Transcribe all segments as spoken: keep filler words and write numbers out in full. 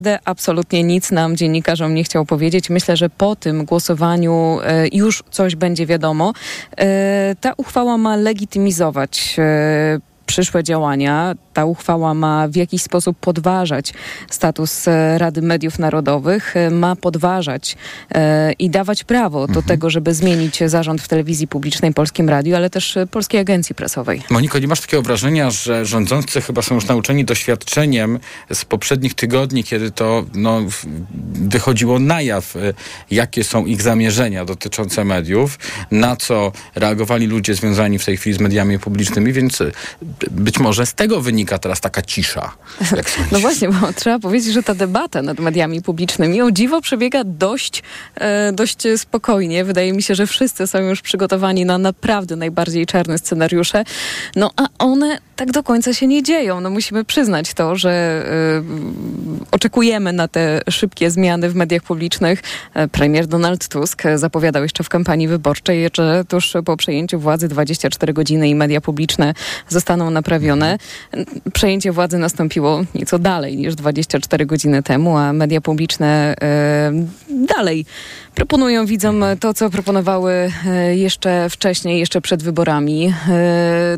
Absolutnie nic nam, dziennikarzom, nie chciał powiedzieć. Myślę, że po tym głosowaniu e, już coś będzie wiadomo. E, ta uchwała ma legitymizować e, przyszłe działania. Ta uchwała ma w jakiś sposób podważać status Rady Mediów Narodowych, ma podważać e, i dawać prawo mhm. do tego, żeby zmienić zarząd w telewizji publicznej, Polskim Radiu, ale też Polskiej Agencji Prasowej. Moniko, nie masz takiego wrażenia, że rządzący chyba są już nauczeni doświadczeniem z poprzednich tygodni, kiedy to no, wychodziło na jaw, jakie są ich zamierzenia dotyczące mediów, na co reagowali ludzie związani w tej chwili z mediami publicznymi, więc być może z tego wynika teraz taka cisza. No właśnie, bo trzeba powiedzieć, że ta debata nad mediami publicznymi o dziwo przebiega dość, e, dość spokojnie. Wydaje mi się, że wszyscy są już przygotowani na naprawdę najbardziej czarne scenariusze. No a one tak do końca się nie dzieją. No musimy przyznać to, że e, oczekujemy na te szybkie zmiany w mediach publicznych. E, premier Donald Tusk zapowiadał jeszcze w kampanii wyborczej, że tuż po przejęciu władzy dwadzieścia cztery godziny i media publiczne zostaną naprawione. Przejęcie władzy nastąpiło nieco dalej niż dwadzieścia cztery godziny temu, a media publiczne e, dalej proponują widzom to, co proponowały e, jeszcze wcześniej, jeszcze przed wyborami. E,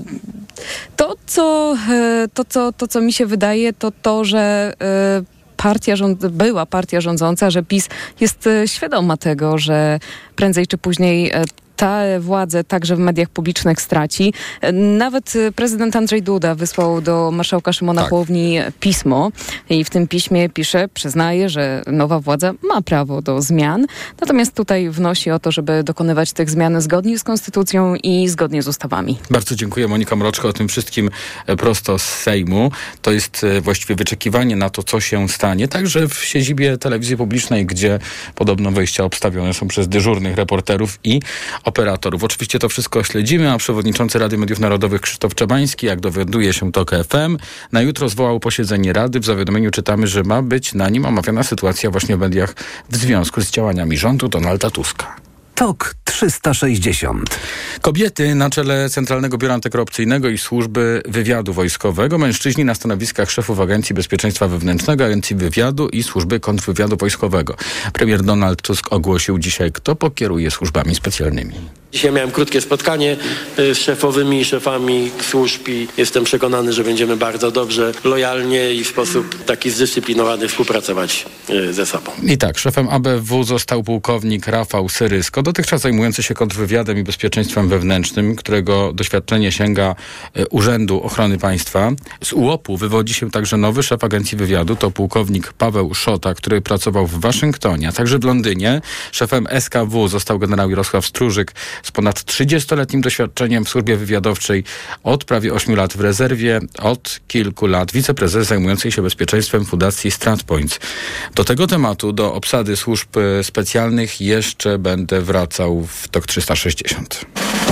to, co, e, to, co, to, co mi się wydaje, to to, że e, partia rząd, była partia rządząca, że PiS jest e, świadoma tego, że prędzej czy później e, tę władzę także w mediach publicznych straci. Nawet prezydent Andrzej Duda wysłał do marszałka Szymona tak. Hołowni pismo i w tym piśmie pisze, przyznaje, że nowa władza ma prawo do zmian, natomiast tutaj wnosi o to, żeby dokonywać tych zmian zgodnie z konstytucją i zgodnie z ustawami. Bardzo dziękuję, Monika Mroczko, o tym wszystkim prosto z Sejmu. To jest właściwie wyczekiwanie na to, co się stanie, także w siedzibie telewizji publicznej, gdzie podobno wejścia obstawione są przez dyżurnych reporterów i operatorów. Oczywiście to wszystko śledzimy, a przewodniczący Rady Mediów Narodowych Krzysztof Czabański, jak dowiaduje się TOK F M, na jutro zwołał posiedzenie Rady. W zawiadomieniu czytamy, że ma być na nim omawiana sytuacja właśnie w mediach w związku z działaniami rządu Donalda Tuska. TOK trzysta sześćdziesiąt. Kobiety na czele Centralnego Biura Antykorupcyjnego i Służby Wywiadu Wojskowego, mężczyźni na stanowiskach szefów Agencji Bezpieczeństwa Wewnętrznego, Agencji Wywiadu i Służby Kontrwywiadu Wojskowego. Premier Donald Tusk ogłosił dzisiaj, kto pokieruje służbami specjalnymi. Dzisiaj miałem krótkie spotkanie z szefowymi, szefami służb i jestem przekonany, że będziemy bardzo dobrze, lojalnie i w sposób taki zdyscyplinowany współpracować ze sobą. I tak, szefem A B W został pułkownik Rafał Syrysko, dotychczas zajmujący się kontrwywiadem i bezpieczeństwem wewnętrznym, którego doświadczenie sięga Urzędu Ochrony Państwa. Z U O P u wywodzi się także nowy szef Agencji Wywiadu, to pułkownik Paweł Szota, który pracował w Waszyngtonie, a także w Londynie. Szefem S K W został generał Jarosław Stróżyk, z ponad trzydziestoletnim doświadczeniem w służbie wywiadowczej, od prawie ośmiu lat w rezerwie, od kilku lat wiceprezes zajmującej się bezpieczeństwem Fundacji StratPoints. Do tego tematu, do obsady służb specjalnych jeszcze będę wracał w TOK trzysta sześćdziesiąt.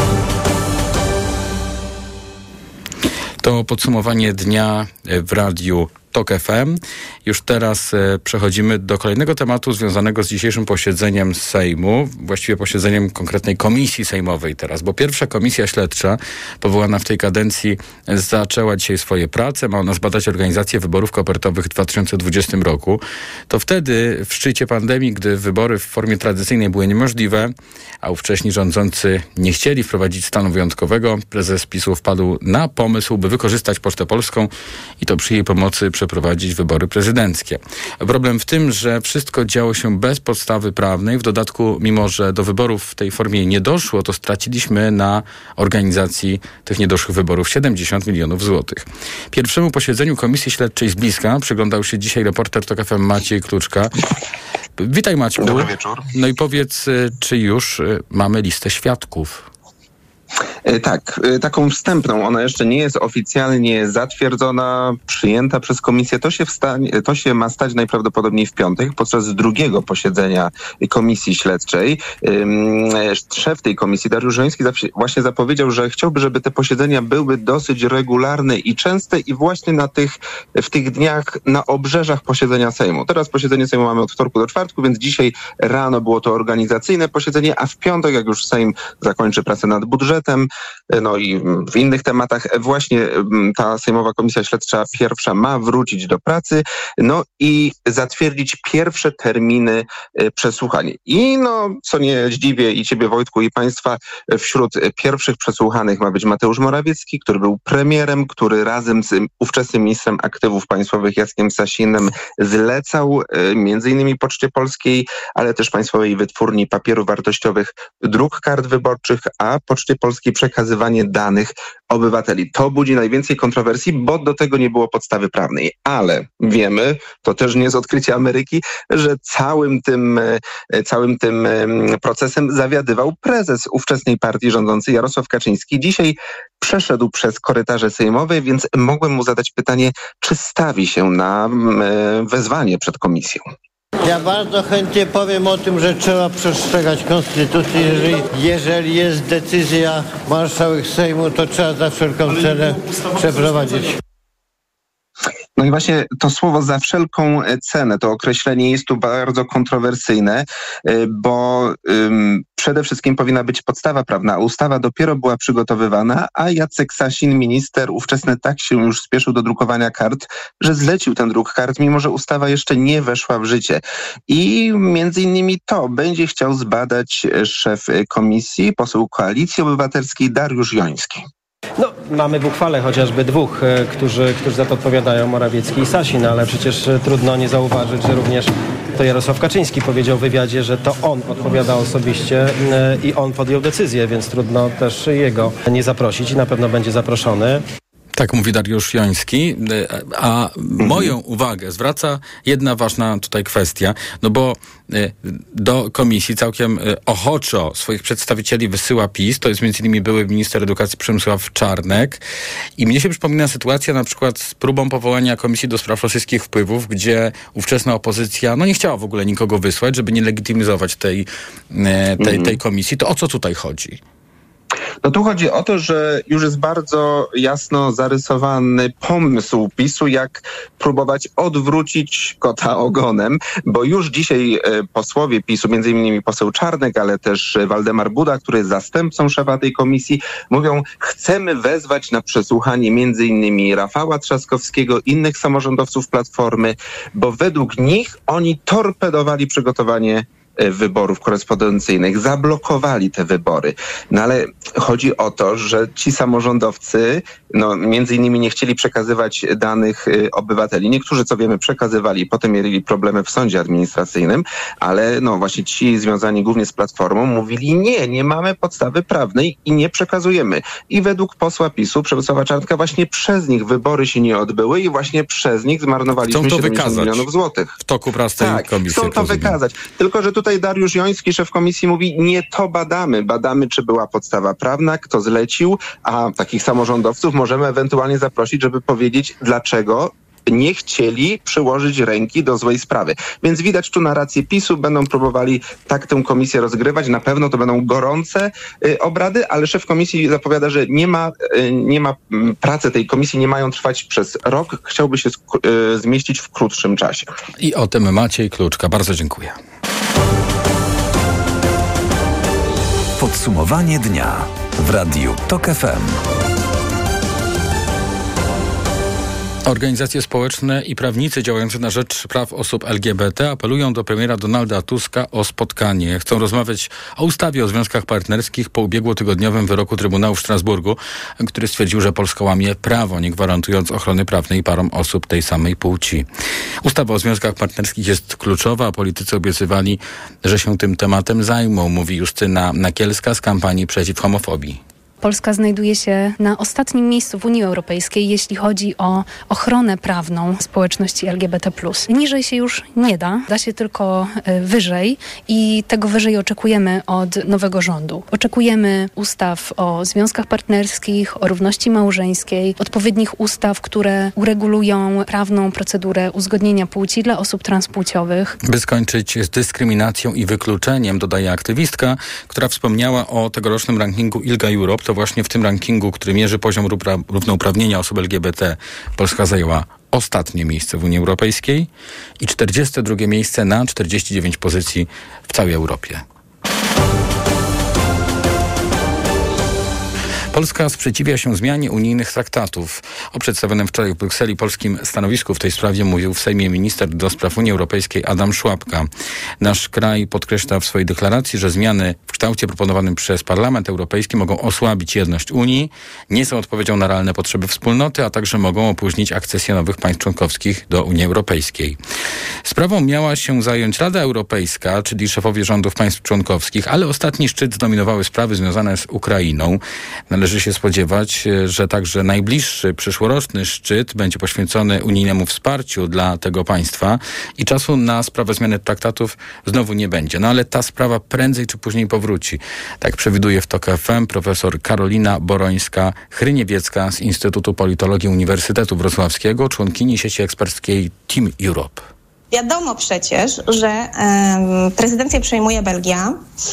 To podsumowanie dnia w radiu TOK F M. Już teraz e, przechodzimy do kolejnego tematu związanego z dzisiejszym posiedzeniem Sejmu, właściwie posiedzeniem konkretnej komisji sejmowej teraz, bo pierwsza komisja śledcza powołana w tej kadencji zaczęła dzisiaj swoje prace. Ma ona zbadać organizację wyborów kopertowych w dwa tysiące dwudziestym roku. To wtedy w szczycie pandemii, gdy wybory w formie tradycyjnej były niemożliwe, a ówcześni rządzący nie chcieli wprowadzić stanu wyjątkowego, prezes PiS-u wpadł na pomysł, by wykorzystać Pocztę Polską i to przy jej pomocy przeprowadzić wybory prezydenckie. Problem w tym, że wszystko działo się bez podstawy prawnej. W dodatku, mimo że do wyborów w tej formie nie doszło, to straciliśmy na organizacji tych niedoszłych wyborów siedemdziesiąt milionów złotych. Pierwszemu posiedzeniu Komisji Śledczej z bliska przyglądał się dzisiaj reporter TOK F M Maciej Kluczka. Witaj, Maćku. Dobry wieczór. No i powiedz, czy już mamy listę świadków? Tak, taką wstępną. Ona jeszcze nie jest oficjalnie zatwierdzona, przyjęta przez komisję. To się, wsta- to się ma stać najprawdopodobniej w piątek podczas drugiego posiedzenia Komisji Śledczej. Szef tej komisji, Dariusz Joński, właśnie zapowiedział, że chciałby, żeby te posiedzenia były dosyć regularne i częste i właśnie na tych, w tych dniach na obrzeżach posiedzenia Sejmu. Teraz posiedzenie Sejmu mamy od wtorku do czwartku, więc dzisiaj rano było to organizacyjne posiedzenie, a w piątek, jak już Sejm zakończy pracę nad budżetem, no i w innych tematach. Właśnie ta Sejmowa Komisja Śledcza pierwsza ma wrócić do pracy, no i zatwierdzić pierwsze terminy przesłuchań. I no, co nie zdziwię i ciebie, Wojtku, i państwa, wśród pierwszych przesłuchanych ma być Mateusz Morawiecki, który był premierem, który razem z ówczesnym ministrem aktywów państwowych Jackiem Sasinem zlecał między innymi Poczcie Polskiej, ale też Państwowej Wytwórni Papierów Wartościowych druk kart wyborczych, a Poczcie Polskiej przekazywanie danych obywateli. To budzi najwięcej kontrowersji, bo do tego nie było podstawy prawnej. Ale wiemy, to też nie z odkrycia Ameryki, że całym tym, całym tym procesem zawiadywał prezes ówczesnej partii rządzącej Jarosław Kaczyński. Dzisiaj przeszedł przez korytarze sejmowe, więc mogłem mu zadać pytanie, czy stawi się na wezwanie przed komisją. Ja bardzo chętnie powiem o tym, że trzeba przestrzegać konstytucji. Jeżeli, jeżeli jest decyzja marszałek Sejmu, to trzeba za wszelką cenę przeprowadzić. No i właśnie to słowo za wszelką cenę, to określenie jest tu bardzo kontrowersyjne, bo um, przede wszystkim powinna być podstawa prawna. Ustawa dopiero była przygotowywana, a Jacek Sasin, minister ówczesny, tak się już spieszył do drukowania kart, że zlecił ten druk kart, mimo że ustawa jeszcze nie weszła w życie. I między innymi to będzie chciał zbadać szef komisji, poseł Koalicji Obywatelskiej Dariusz Joński. No, mamy w uchwale chociażby dwóch, e, którzy, którzy za to odpowiadają, Morawiecki i Sasin, ale przecież e, trudno nie zauważyć, że również to Jarosław Kaczyński powiedział w wywiadzie, że to on odpowiada osobiście e, i on podjął decyzję, więc trudno też jego nie zaprosić i na pewno będzie zaproszony. Tak mówi Dariusz Joński, a moją uwagę zwraca jedna ważna tutaj kwestia, no bo do komisji całkiem ochoczo swoich przedstawicieli wysyła PiS, to jest między innymi były minister edukacji Przemysław Czarnek i mnie się przypomina sytuacja na przykład z próbą powołania Komisji do Spraw Rosyjskich Wpływów, gdzie ówczesna opozycja no nie chciała w ogóle nikogo wysłać, żeby nie legitymizować tej, tej, tej komisji. To o co tutaj chodzi? No tu chodzi o to, że już jest bardzo jasno zarysowany pomysł PiSu, jak próbować odwrócić kota ogonem, bo już dzisiaj posłowie PiSu, między innymi poseł Czarnek, ale też Waldemar Buda, który jest zastępcą szefa tej komisji, mówią, chcemy wezwać na przesłuchanie między innymi Rafała Trzaskowskiego, innych samorządowców Platformy, bo według nich oni torpedowali przygotowanie wyborów korespondencyjnych, zablokowali te wybory. No ale chodzi o to, że ci samorządowcy, no między innymi nie chcieli przekazywać danych y, obywateli. Niektórzy, co wiemy, przekazywali, potem mieli problemy w sądzie administracyjnym, ale no właśnie ci związani głównie z Platformą mówili nie, nie mamy podstawy prawnej i nie przekazujemy. I według posła PiSu, Przemysława Czarnka, właśnie przez nich wybory się nie odbyły i właśnie przez nich zmarnowaliśmy siedemdziesiąt milionów złotych. W toku prac tej tak, komisji. chcą to wykazać. Tylko, że tutaj Dariusz Joński, szef komisji, mówi, nie to badamy. Badamy, czy była podstawa prawna, kto zlecił, a takich samorządowców możemy ewentualnie zaprosić, żeby powiedzieć, dlaczego nie chcieli przyłożyć ręki do złej sprawy. Więc widać tu narrację PiSu, będą próbowali tak tę komisję rozgrywać. Na pewno to będą gorące y, obrady, ale szef komisji zapowiada, że nie ma, y, nie ma y, prace tej komisji nie mają trwać przez rok. Chciałby się sk- y, zmieścić w krótszym czasie. I o tym Maciej Kluczka. Bardzo dziękuję. Podsumowanie dnia w Radiu TOK F M. Organizacje społeczne i prawnicy działający na rzecz praw osób L G B T apelują do premiera Donalda Tuska o spotkanie. Chcą rozmawiać o ustawie o związkach partnerskich po ubiegłotygodniowym wyroku Trybunału w Strasburgu, który stwierdził, że Polska łamie prawo, nie gwarantując ochrony prawnej parom osób tej samej płci. Ustawa o związkach partnerskich jest kluczowa, a politycy obiecywali, że się tym tematem zajmą, mówi Justyna Nakielska z kampanii przeciw homofobii. Polska znajduje się na ostatnim miejscu w Unii Europejskiej, jeśli chodzi o ochronę prawną społeczności L G B T plus. Niżej się już nie da, da się tylko wyżej i tego wyżej oczekujemy od nowego rządu. Oczekujemy ustaw o związkach partnerskich, o równości małżeńskiej, odpowiednich ustaw, które uregulują prawną procedurę uzgodnienia płci dla osób transpłciowych. By skończyć z dyskryminacją i wykluczeniem, dodaje aktywistka, która wspomniała o tegorocznym rankingu ILGA Europe. To właśnie w tym rankingu, który mierzy poziom równouprawnienia osób L G B T, Polska zajęła ostatnie miejsce w Unii Europejskiej i czterdzieste drugie miejsce na czterdzieści dziewięć pozycji w całej Europie. Polska sprzeciwia się zmianie unijnych traktatów. O przedstawionym wczoraj w Brukseli polskim stanowisku w tej sprawie mówił w Sejmie minister do spraw Unii Europejskiej Adam Szłapka. Nasz kraj podkreśla w swojej deklaracji, że zmiany w kształcie proponowanym przez Parlament Europejski mogą osłabić jedność Unii, nie są odpowiedzią na realne potrzeby wspólnoty, a także mogą opóźnić akcesję nowych państw członkowskich do Unii Europejskiej. Sprawą miała się zająć Rada Europejska, czyli szefowie rządów państw członkowskich, ale ostatni szczyt zdominowały sprawy związane z Ukrainą. Należy się spodziewać, że także najbliższy przyszłoroczny szczyt będzie poświęcony unijnemu wsparciu dla tego państwa i czasu na sprawę zmiany traktatów znowu nie będzie. No ale ta sprawa prędzej czy później powróci. Tak przewiduje w TOK F M profesor Karolina Borońska-Hryniewiecka z Instytutu Politologii Uniwersytetu Wrocławskiego, członkini sieci eksperckiej Team Europe. Wiadomo przecież, że um, prezydencję przejmuje Belgia,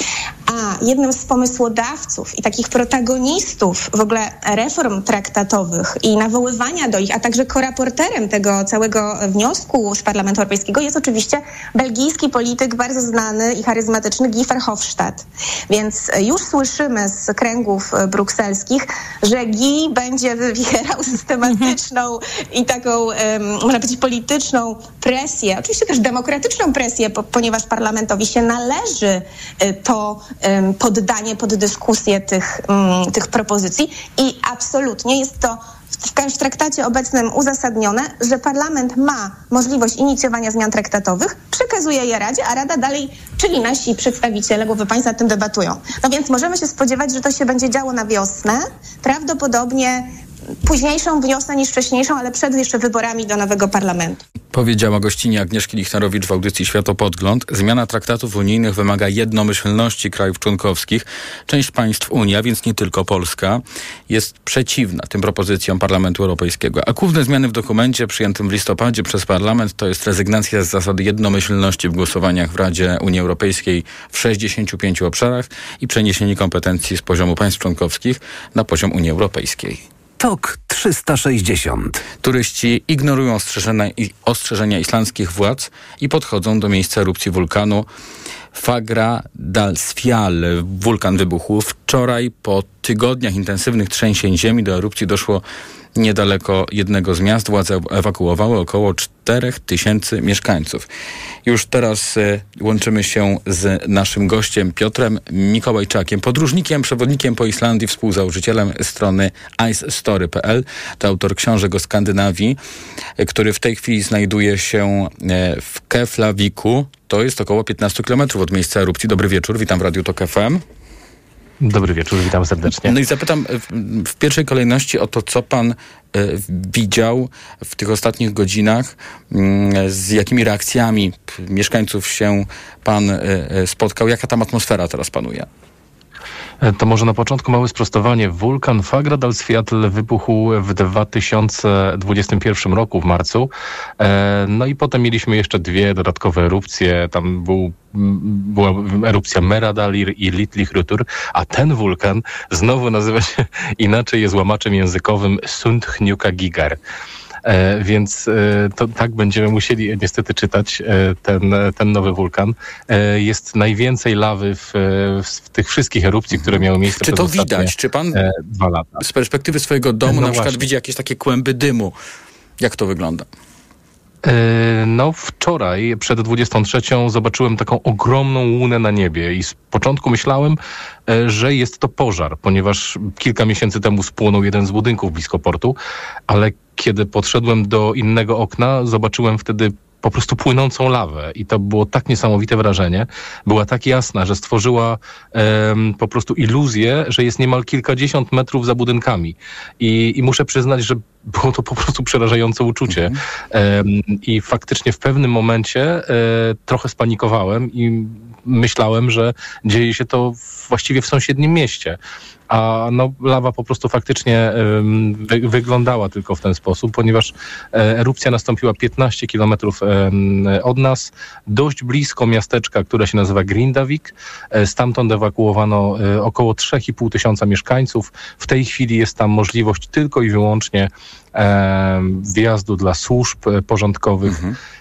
a jednym z pomysłodawców i takich protagonistów w ogóle reform traktatowych i nawoływania do ich, a także koraporterem tego całego wniosku z Parlamentu Europejskiego jest oczywiście belgijski polityk bardzo znany i charyzmatyczny Guy Verhofstadt. Więc już słyszymy z kręgów brukselskich, że Guy będzie wywierał systematyczną i taką, um, można powiedzieć, polityczną presję, oczywiście też demokratyczną presję, po, ponieważ parlamentowi się należy to um, poddanie pod dyskusję tych, um, tych propozycji i absolutnie jest to w, w traktacie obecnym uzasadnione, że parlament ma możliwość inicjowania zmian traktatowych, przekazuje je Radzie, a Rada dalej, czyli nasi przedstawiciele, głowy państw nad tym debatują. No więc możemy się spodziewać, że to się będzie działo na wiosnę, prawdopodobnie późniejszą wiosnę niż wcześniejszą, ale przed jeszcze wyborami do nowego parlamentu. Powiedziała gościni Agnieszki Lichnerowicz w audycji Światopodgląd. Zmiana traktatów unijnych wymaga jednomyślności krajów członkowskich. Część państw Unii, a więc nie tylko Polska, jest przeciwna tym propozycjom Parlamentu Europejskiego. A główne zmiany w dokumencie przyjętym w listopadzie przez Parlament to jest rezygnacja z zasady jednomyślności w głosowaniach w Radzie Unii Europejskiej w sześćdziesięciu pięciu obszarach i przeniesienie kompetencji z poziomu państw członkowskich na poziom Unii Europejskiej. TOK trzysta sześćdziesiąt. Turyści ignorują ostrzeżenia, ostrzeżenia islandzkich władz i podchodzą do miejsca erupcji wulkanu Fagradalsfjall. Wulkan wybuchł wczoraj. Po tygodniach intensywnych trzęsień ziemi do erupcji doszło niedaleko jednego z miast. Władze ewakuowały około czterech tysięcy mieszkańców. Już teraz y, łączymy się z naszym gościem Piotrem Mikołajczakiem, podróżnikiem, przewodnikiem po Islandii, współzałożycielem strony ice story kropka p l. To autor książek o Skandynawii, y, który w tej chwili znajduje się y, w Keflaviku. To jest około piętnaście kilometrów od miejsca erupcji. Dobry wieczór, witam w Radiu TOK F M. Dobry wieczór, witam serdecznie. No i zapytam w, w pierwszej kolejności o to, co pan y, widział w tych ostatnich godzinach, y, z jakimi reakcjami mieszkańców się pan y, y, spotkał, jaka tam atmosfera teraz panuje? To może na początku małe sprostowanie. Wulkan Fagradalsfjall wybuchł w dwa tysiące dwudziestym pierwszym roku, w marcu. No i potem mieliśmy jeszcze dwie dodatkowe erupcje. Tam był, była erupcja Meradalir i Litlihrutur, a ten wulkan znowu nazywa się inaczej, jest łamaczem językowym Sundhnúkagigar. E, więc e, to tak będziemy musieli niestety czytać e, ten, ten nowy wulkan. E, jest najwięcej lawy w, w tych wszystkich erupcji, które miały miejsce czy przez to widać? Czy pan e, dwa lata. Z perspektywy swojego domu no na przykład właśnie. widzi jakieś takie kłęby dymu? Jak to wygląda? No wczoraj przed dwudziestą trzecią zobaczyłem taką ogromną łunę na niebie i z początku myślałem, że jest to pożar, ponieważ kilka miesięcy temu spłonął jeden z budynków blisko portu, ale kiedy podszedłem do innego okna, zobaczyłem wtedy po prostu płynącą lawę i to było tak niesamowite wrażenie. Była tak jasna, że stworzyła um, po prostu iluzję, że jest niemal kilkadziesiąt metrów za budynkami. I, i muszę przyznać, że było to po prostu przerażające uczucie. Mhm. Um, I faktycznie w pewnym momencie e, trochę spanikowałem i myślałem, że dzieje się to właściwie w sąsiednim mieście. A no, lawa po prostu faktycznie um, wy, wyglądała tylko w ten sposób, ponieważ e, erupcja nastąpiła piętnaście kilometrów e, od nas, dość blisko miasteczka, które się nazywa Grindavik. E, stamtąd ewakuowano e, około trzy i pół tysiąca mieszkańców. W tej chwili jest tam możliwość tylko i wyłącznie e, wjazdu dla służb porządkowych mhm.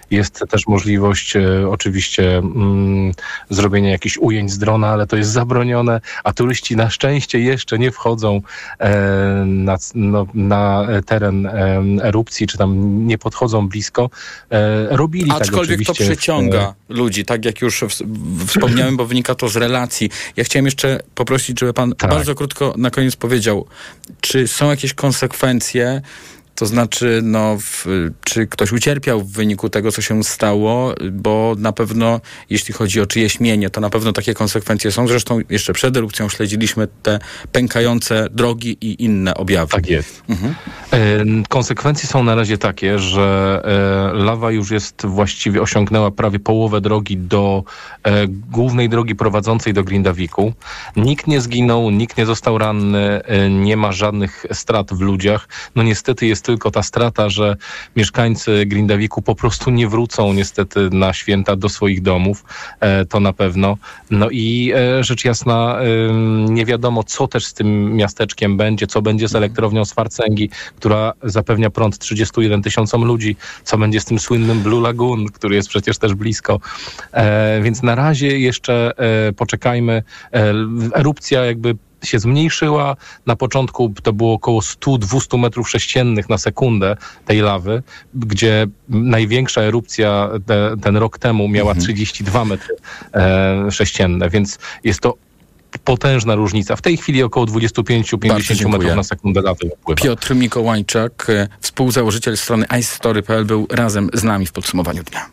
Jest też możliwość e, oczywiście mm, zrobienia jakichś ujęć z drona, ale to jest zabronione, a turyści na szczęście jeszcze nie wchodzą e, na, no, na teren e, erupcji, czy tam nie podchodzą blisko. E, robili tak oczywiście. Aczkolwiek to przyciąga w, ludzi, tak jak już w, wspomniałem, bo wynika to z relacji. Ja chciałem jeszcze poprosić, żeby pan tak. bardzo krótko na koniec powiedział, czy są jakieś konsekwencje, to znaczy, no, w, czy ktoś ucierpiał w wyniku tego, co się stało, bo na pewno, jeśli chodzi o czyjeś mienie, to na pewno takie konsekwencje są. Zresztą jeszcze przed erupcją śledziliśmy te pękające drogi i inne objawy. Tak jest. Mhm. E, konsekwencje są na razie takie, że e, lawa już jest właściwie, osiągnęła prawie połowę drogi do e, głównej drogi prowadzącej do Grindaviku. Nikt nie zginął, nikt nie został ranny, e, nie ma żadnych strat w ludziach. No niestety jest tylko ta strata, że mieszkańcy Grindaviku po prostu nie wrócą niestety na święta do swoich domów, e, to na pewno. No i e, rzecz jasna e, nie wiadomo, co też z tym miasteczkiem będzie, co będzie z elektrownią Swartsengi, która zapewnia prąd trzydziestu jeden tysiącom ludzi, co będzie z tym słynnym Blue Lagoon, który jest przecież też blisko. E, więc na razie jeszcze e, poczekajmy. E, erupcja jakby się zmniejszyła. Na początku to było około sto do dwustu metrów sześciennych na sekundę tej lawy, gdzie największa erupcja te, ten rok temu miała mhm. trzydzieści dwa metry e, sześcienne, więc jest to potężna różnica. W tej chwili około dwadzieścia pięć do pięćdziesięciu metrów na sekundę lawy wpływa. Piotr Mikołajczak, współzałożyciel strony ice story kropka p l, był razem z nami w podsumowaniu dnia.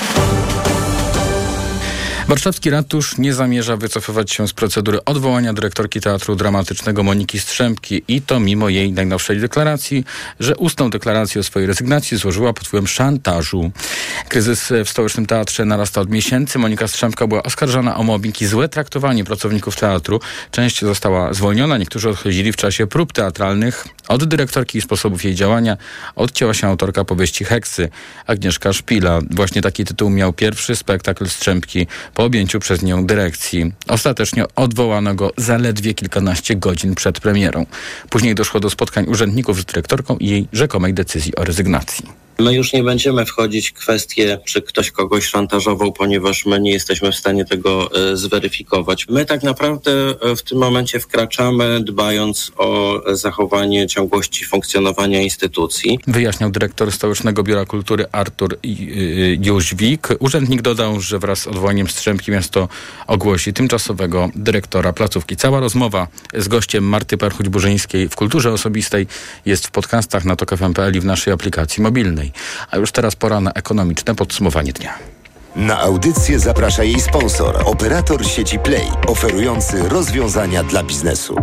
Warszawski Ratusz nie zamierza wycofywać się z procedury odwołania dyrektorki Teatru Dramatycznego Moniki Strzempki i to mimo jej najnowszej deklaracji, że ustną deklarację o swojej rezygnacji złożyła pod wpływem szantażu. Kryzys w Stołecznym Teatrze narasta od miesięcy. Monika Strzempka była oskarżana o mobbing i złe traktowanie pracowników teatru. Część została zwolniona, niektórzy odchodzili w czasie prób teatralnych. Od dyrektorki i sposobów jej działania odcięła się autorka powieści Heksy, Agnieszka Szpila. Właśnie taki tytuł miał pierwszy spektakl Strzempki po objęciu przez nią dyrekcji. Ostatecznie odwołano go zaledwie kilkanaście godzin przed premierą. Później doszło do spotkań urzędników z dyrektorką i jej rzekomej decyzji o rezygnacji. My już nie będziemy wchodzić w kwestię, czy ktoś kogoś szantażował, ponieważ my nie jesteśmy w stanie tego e, zweryfikować. My tak naprawdę w tym momencie wkraczamy, dbając o zachowanie ciągłości funkcjonowania instytucji. Wyjaśniał dyrektor Stołecznego Biura Kultury Artur Jóźwik. Urzędnik dodał, że wraz z odwołaniem Strzempki miasto ogłosi tymczasowego dyrektora placówki. Cała rozmowa z gościem Marty Perchuć-Burzyńskiej w Kulturze Osobistej jest w podcastach na tok f m kropka p l i w naszej aplikacji mobilnej. A już teraz pora na ekonomiczne podsumowanie dnia. Na audycję zaprasza jej sponsor, operator sieci Play, oferujący rozwiązania dla biznesu.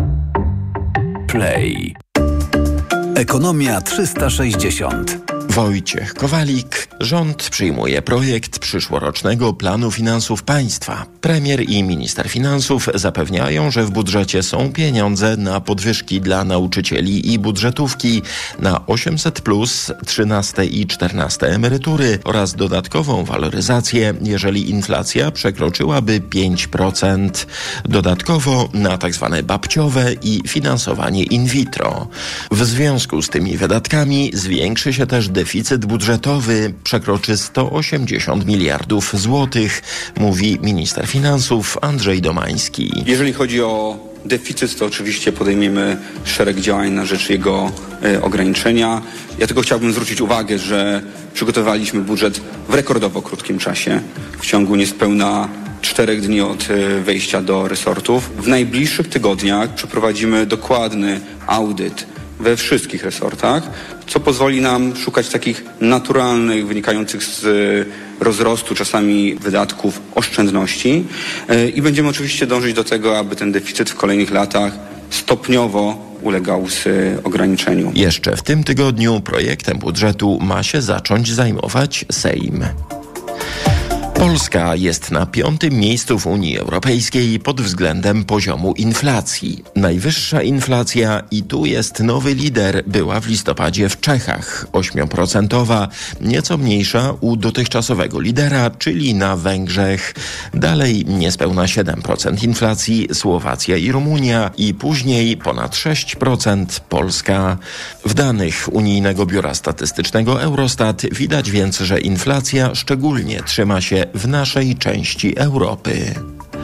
Play. Ekonomia trzysta sześćdziesiąt. Wojciech Kowalik. Rząd przyjmuje projekt przyszłorocznego planu finansów państwa. Premier i minister finansów zapewniają, że w budżecie są pieniądze na podwyżki dla nauczycieli i budżetówki, na osiemset plus, trzynaste i czternaste emerytury oraz dodatkową waloryzację, jeżeli inflacja przekroczyłaby pięć procent. Dodatkowo na tzw. babciowe i finansowanie in vitro. W związku z tymi wydatkami zwiększy się też deficyt budżetowy, przekroczy sto osiemdziesiąt miliardów złotych, mówi minister finansów Andrzej Domański. Jeżeli chodzi o deficyt, to oczywiście podejmiemy szereg działań na rzecz jego y, ograniczenia. Ja tylko chciałbym zwrócić uwagę, że przygotowaliśmy budżet w rekordowo krótkim czasie, w ciągu niespełna czterech dni od y, wejścia do resortów. W najbliższych tygodniach przeprowadzimy dokładny audyt we wszystkich resortach, co pozwoli nam szukać takich naturalnych, wynikających z rozrostu czasami wydatków, oszczędności i będziemy oczywiście dążyć do tego, aby ten deficyt w kolejnych latach stopniowo ulegał z ograniczeniu. Jeszcze w tym tygodniu projektem budżetu ma się zacząć zajmować Sejm. Polska jest na piątym miejscu w Unii Europejskiej pod względem poziomu inflacji. Najwyższa inflacja i tu jest nowy lider, była w listopadzie w Czechach, osiem procent, nieco mniejsza u dotychczasowego lidera, czyli na Węgrzech. Dalej niespełna siedem procent inflacji Słowacja i Rumunia i później ponad sześć procent Polska. W danych Unijnego Biura Statystycznego Eurostat widać więc, że inflacja szczególnie trzyma się w naszej części Europy.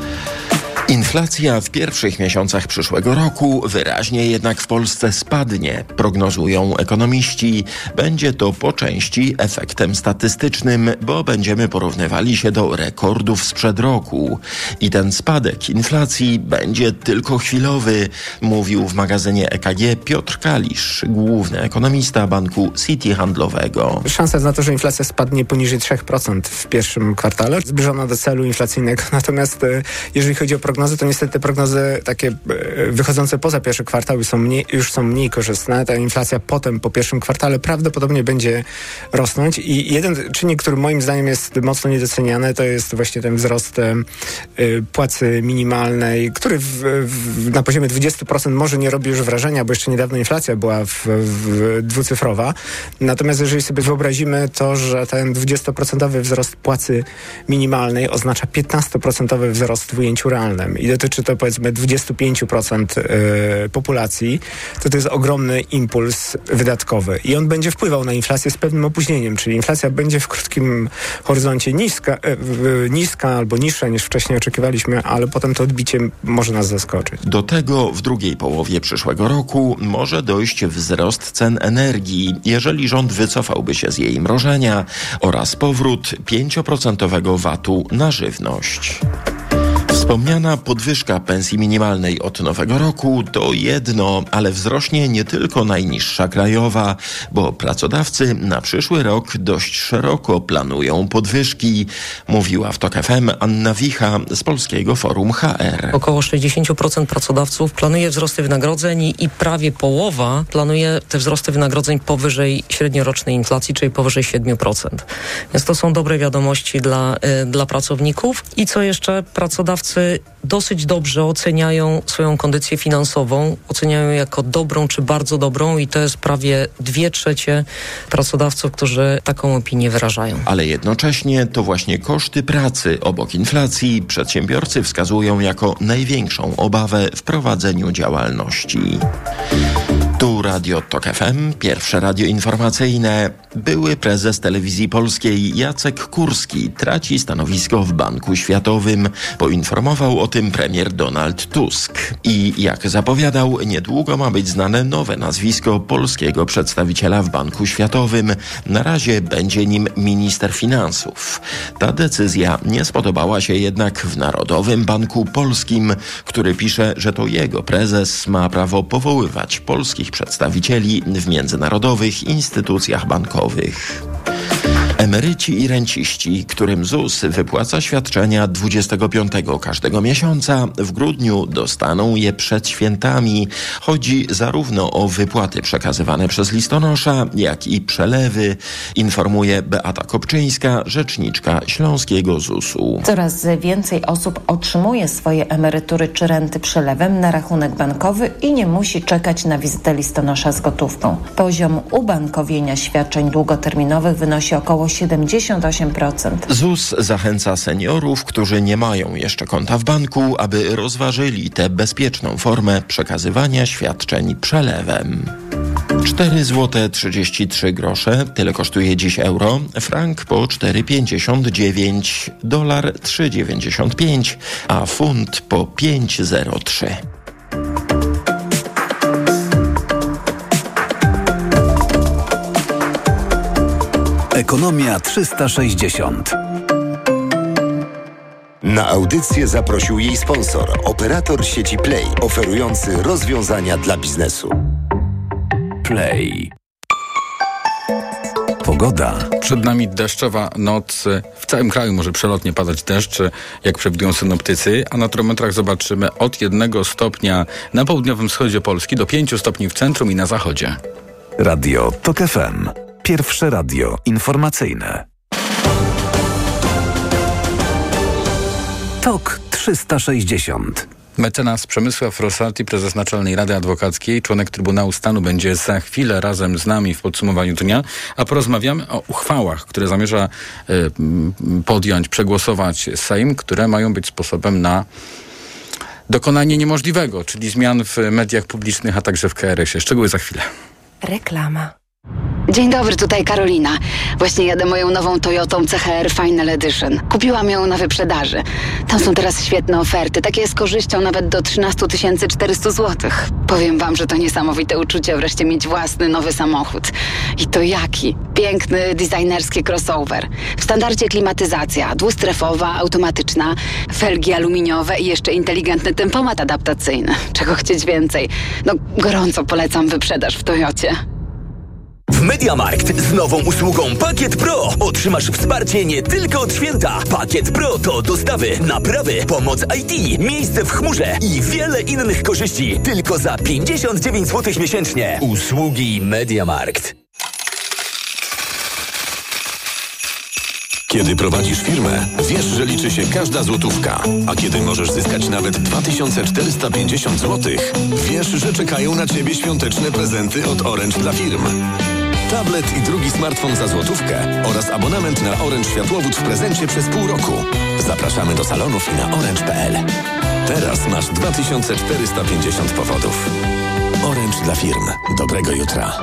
Inflacja w pierwszych miesiącach przyszłego roku wyraźnie jednak w Polsce spadnie, prognozują ekonomiści. Będzie to po części efektem statystycznym, bo będziemy porównywali się do rekordów sprzed roku. I ten spadek inflacji będzie tylko chwilowy, mówił w magazynie E K G Piotr Kalisz, główny ekonomista banku Citi Handlowego. Szansa na to, że inflacja spadnie poniżej trzy procent w pierwszym kwartale, zbliżona do celu inflacyjnego. Natomiast jeżeli chodzi o prognozy, to niestety prognozy takie wychodzące poza pierwszy kwartał są mniej, już są mniej korzystne. Ta inflacja potem po pierwszym kwartale prawdopodobnie będzie rosnąć i jeden czynnik, który moim zdaniem jest mocno niedoceniany, to jest właśnie ten wzrost y, płacy minimalnej, który w, w, na poziomie dwadzieścia procent może nie robi już wrażenia, bo jeszcze niedawno inflacja była w, w dwucyfrowa. Natomiast jeżeli sobie wyobrazimy to, że ten dwudziestoprocentowy wzrost płacy minimalnej oznacza piętnastoprocentowy wzrost w ujęciu realnym i dotyczy to powiedzmy dwadzieścia pięć procent y, populacji, to to jest ogromny impuls wydatkowy i on będzie wpływał na inflację z pewnym opóźnieniem, czyli inflacja będzie w krótkim horyzoncie niska, y, y, niska albo niższa niż wcześniej oczekiwaliśmy, ale potem to odbicie może nas zaskoczyć. Do tego w drugiej połowie przyszłego roku może dojść wzrost cen energii, jeżeli rząd wycofałby się z jej mrożenia oraz powrót pięcioprocentowego vatu na żywność. Wspomniana podwyżka pensji minimalnej od nowego roku to jedno, ale wzrośnie nie tylko najniższa krajowa, bo pracodawcy na przyszły rok dość szeroko planują podwyżki, mówiła w TOK F M Anna Wicha z Polskiego Forum H R. Około sześćdziesiąt procent pracodawców planuje wzrosty wynagrodzeń i prawie połowa planuje te wzrosty wynagrodzeń powyżej średniorocznej inflacji, czyli powyżej siedem procent. Więc to są dobre wiadomości dla, y, dla pracowników. I co jeszcze? Pracodawcy dosyć dobrze oceniają swoją kondycję finansową, oceniają jako dobrą czy bardzo dobrą i to jest prawie dwie trzecie pracodawców, którzy taką opinię wyrażają. Ale jednocześnie to właśnie koszty pracy obok inflacji przedsiębiorcy wskazują jako największą obawę w prowadzeniu działalności. Tu Radio TOK F M, pierwsze radio informacyjne. Były prezes Telewizji Polskiej Jacek Kurski traci stanowisko w Banku Światowym. Poinformował o tym premier Donald Tusk. I jak zapowiadał, niedługo ma być znane nowe nazwisko polskiego przedstawiciela w Banku Światowym. Na razie będzie nim minister finansów. Ta decyzja nie spodobała się jednak w Narodowym Banku Polskim, który pisze, że to jego prezes ma prawo powoływać polskich przedstawicieli w międzynarodowych instytucjach bankowych. Emeryci i renciści, którym Z U S wypłaca świadczenia dwudziestego piątego każdego miesiąca, w grudniu dostaną je przed świętami. Chodzi zarówno o wypłaty przekazywane przez listonosza, jak i przelewy, informuje Beata Kopczyńska, rzeczniczka Śląskiego Z U S u. Coraz więcej osób otrzymuje swoje emerytury czy renty przelewem na rachunek bankowy i nie musi czekać na wizytę listonosza z gotówką. Poziom ubankowienia świadczeń długoterminowych wynosi około siedemdziesiąt osiem procent. Z U S zachęca seniorów, którzy nie mają jeszcze konta w banku, aby rozważyli tę bezpieczną formę przekazywania świadczeń przelewem. cztery złote trzydzieści trzy grosze, tyle kosztuje dziś euro, frank po cztery pięćdziesiąt dziewięć, dolar trzy dziewięćdziesiąt pięć, a funt po pięć zero trzy. Ekonomia trzysta sześćdziesiąt. Na audycję zaprosił jej sponsor, operator sieci Play, oferujący rozwiązania dla biznesu. Play. Pogoda. Przed nami deszczowa noc. W całym kraju może przelotnie padać deszcz, jak przewidują synoptycy, a na termometrach zobaczymy od jednego stopnia na południowym wschodzie Polski do pięciu stopni w centrum i na zachodzie. Radio TOK F M. Pierwsze radio informacyjne. Tok trzysta sześćdziesiąt. Mecenas Przemysław Rosati, prezes Naczelnej Rady Adwokackiej, członek Trybunału Stanu, będzie za chwilę razem z nami w podsumowaniu dnia, a porozmawiamy o uchwałach, które zamierza y, podjąć, przegłosować Sejm, które mają być sposobem na dokonanie niemożliwego, czyli zmian w mediach publicznych, a także w K R S ie. Szczegóły za chwilę. Reklama. Dzień dobry, tutaj Karolina. Właśnie jadę moją nową Toyotą C H R Final Edition. Kupiłam ją na wyprzedaży. Tam są teraz świetne oferty, takie z korzyścią nawet do trzynaście tysięcy czterysta złotych. Powiem wam, że to niesamowite uczucie wreszcie mieć własny nowy samochód. I to jaki? Piękny, designerski crossover. W standardzie klimatyzacja, dwustrefowa, automatyczna, felgi aluminiowe i jeszcze inteligentny tempomat adaptacyjny. Czego chcieć więcej? No, gorąco polecam wyprzedaż w Toyocie. W MediaMarkt z nową usługą Pakiet Pro otrzymasz wsparcie nie tylko od święta. Pakiet Pro to dostawy, naprawy, pomoc I T, miejsce w chmurze i wiele innych korzyści. Tylko za pięćdziesiąt dziewięć złotych miesięcznie. Usługi MediaMarkt. Kiedy prowadzisz firmę, wiesz, że liczy się każda złotówka. A kiedy możesz zyskać nawet dwa tysiące czterysta pięćdziesiąt złotych, wiesz, że czekają na Ciebie świąteczne prezenty od Orange dla firm. Tablet i drugi smartfon za złotówkę oraz abonament na Orange Światłowód w prezencie przez pół roku. Zapraszamy do salonów i na orange kropka p l. Teraz masz dwa tysiące czterysta pięćdziesiąt powodów. Orange dla firm. Dobrego jutra.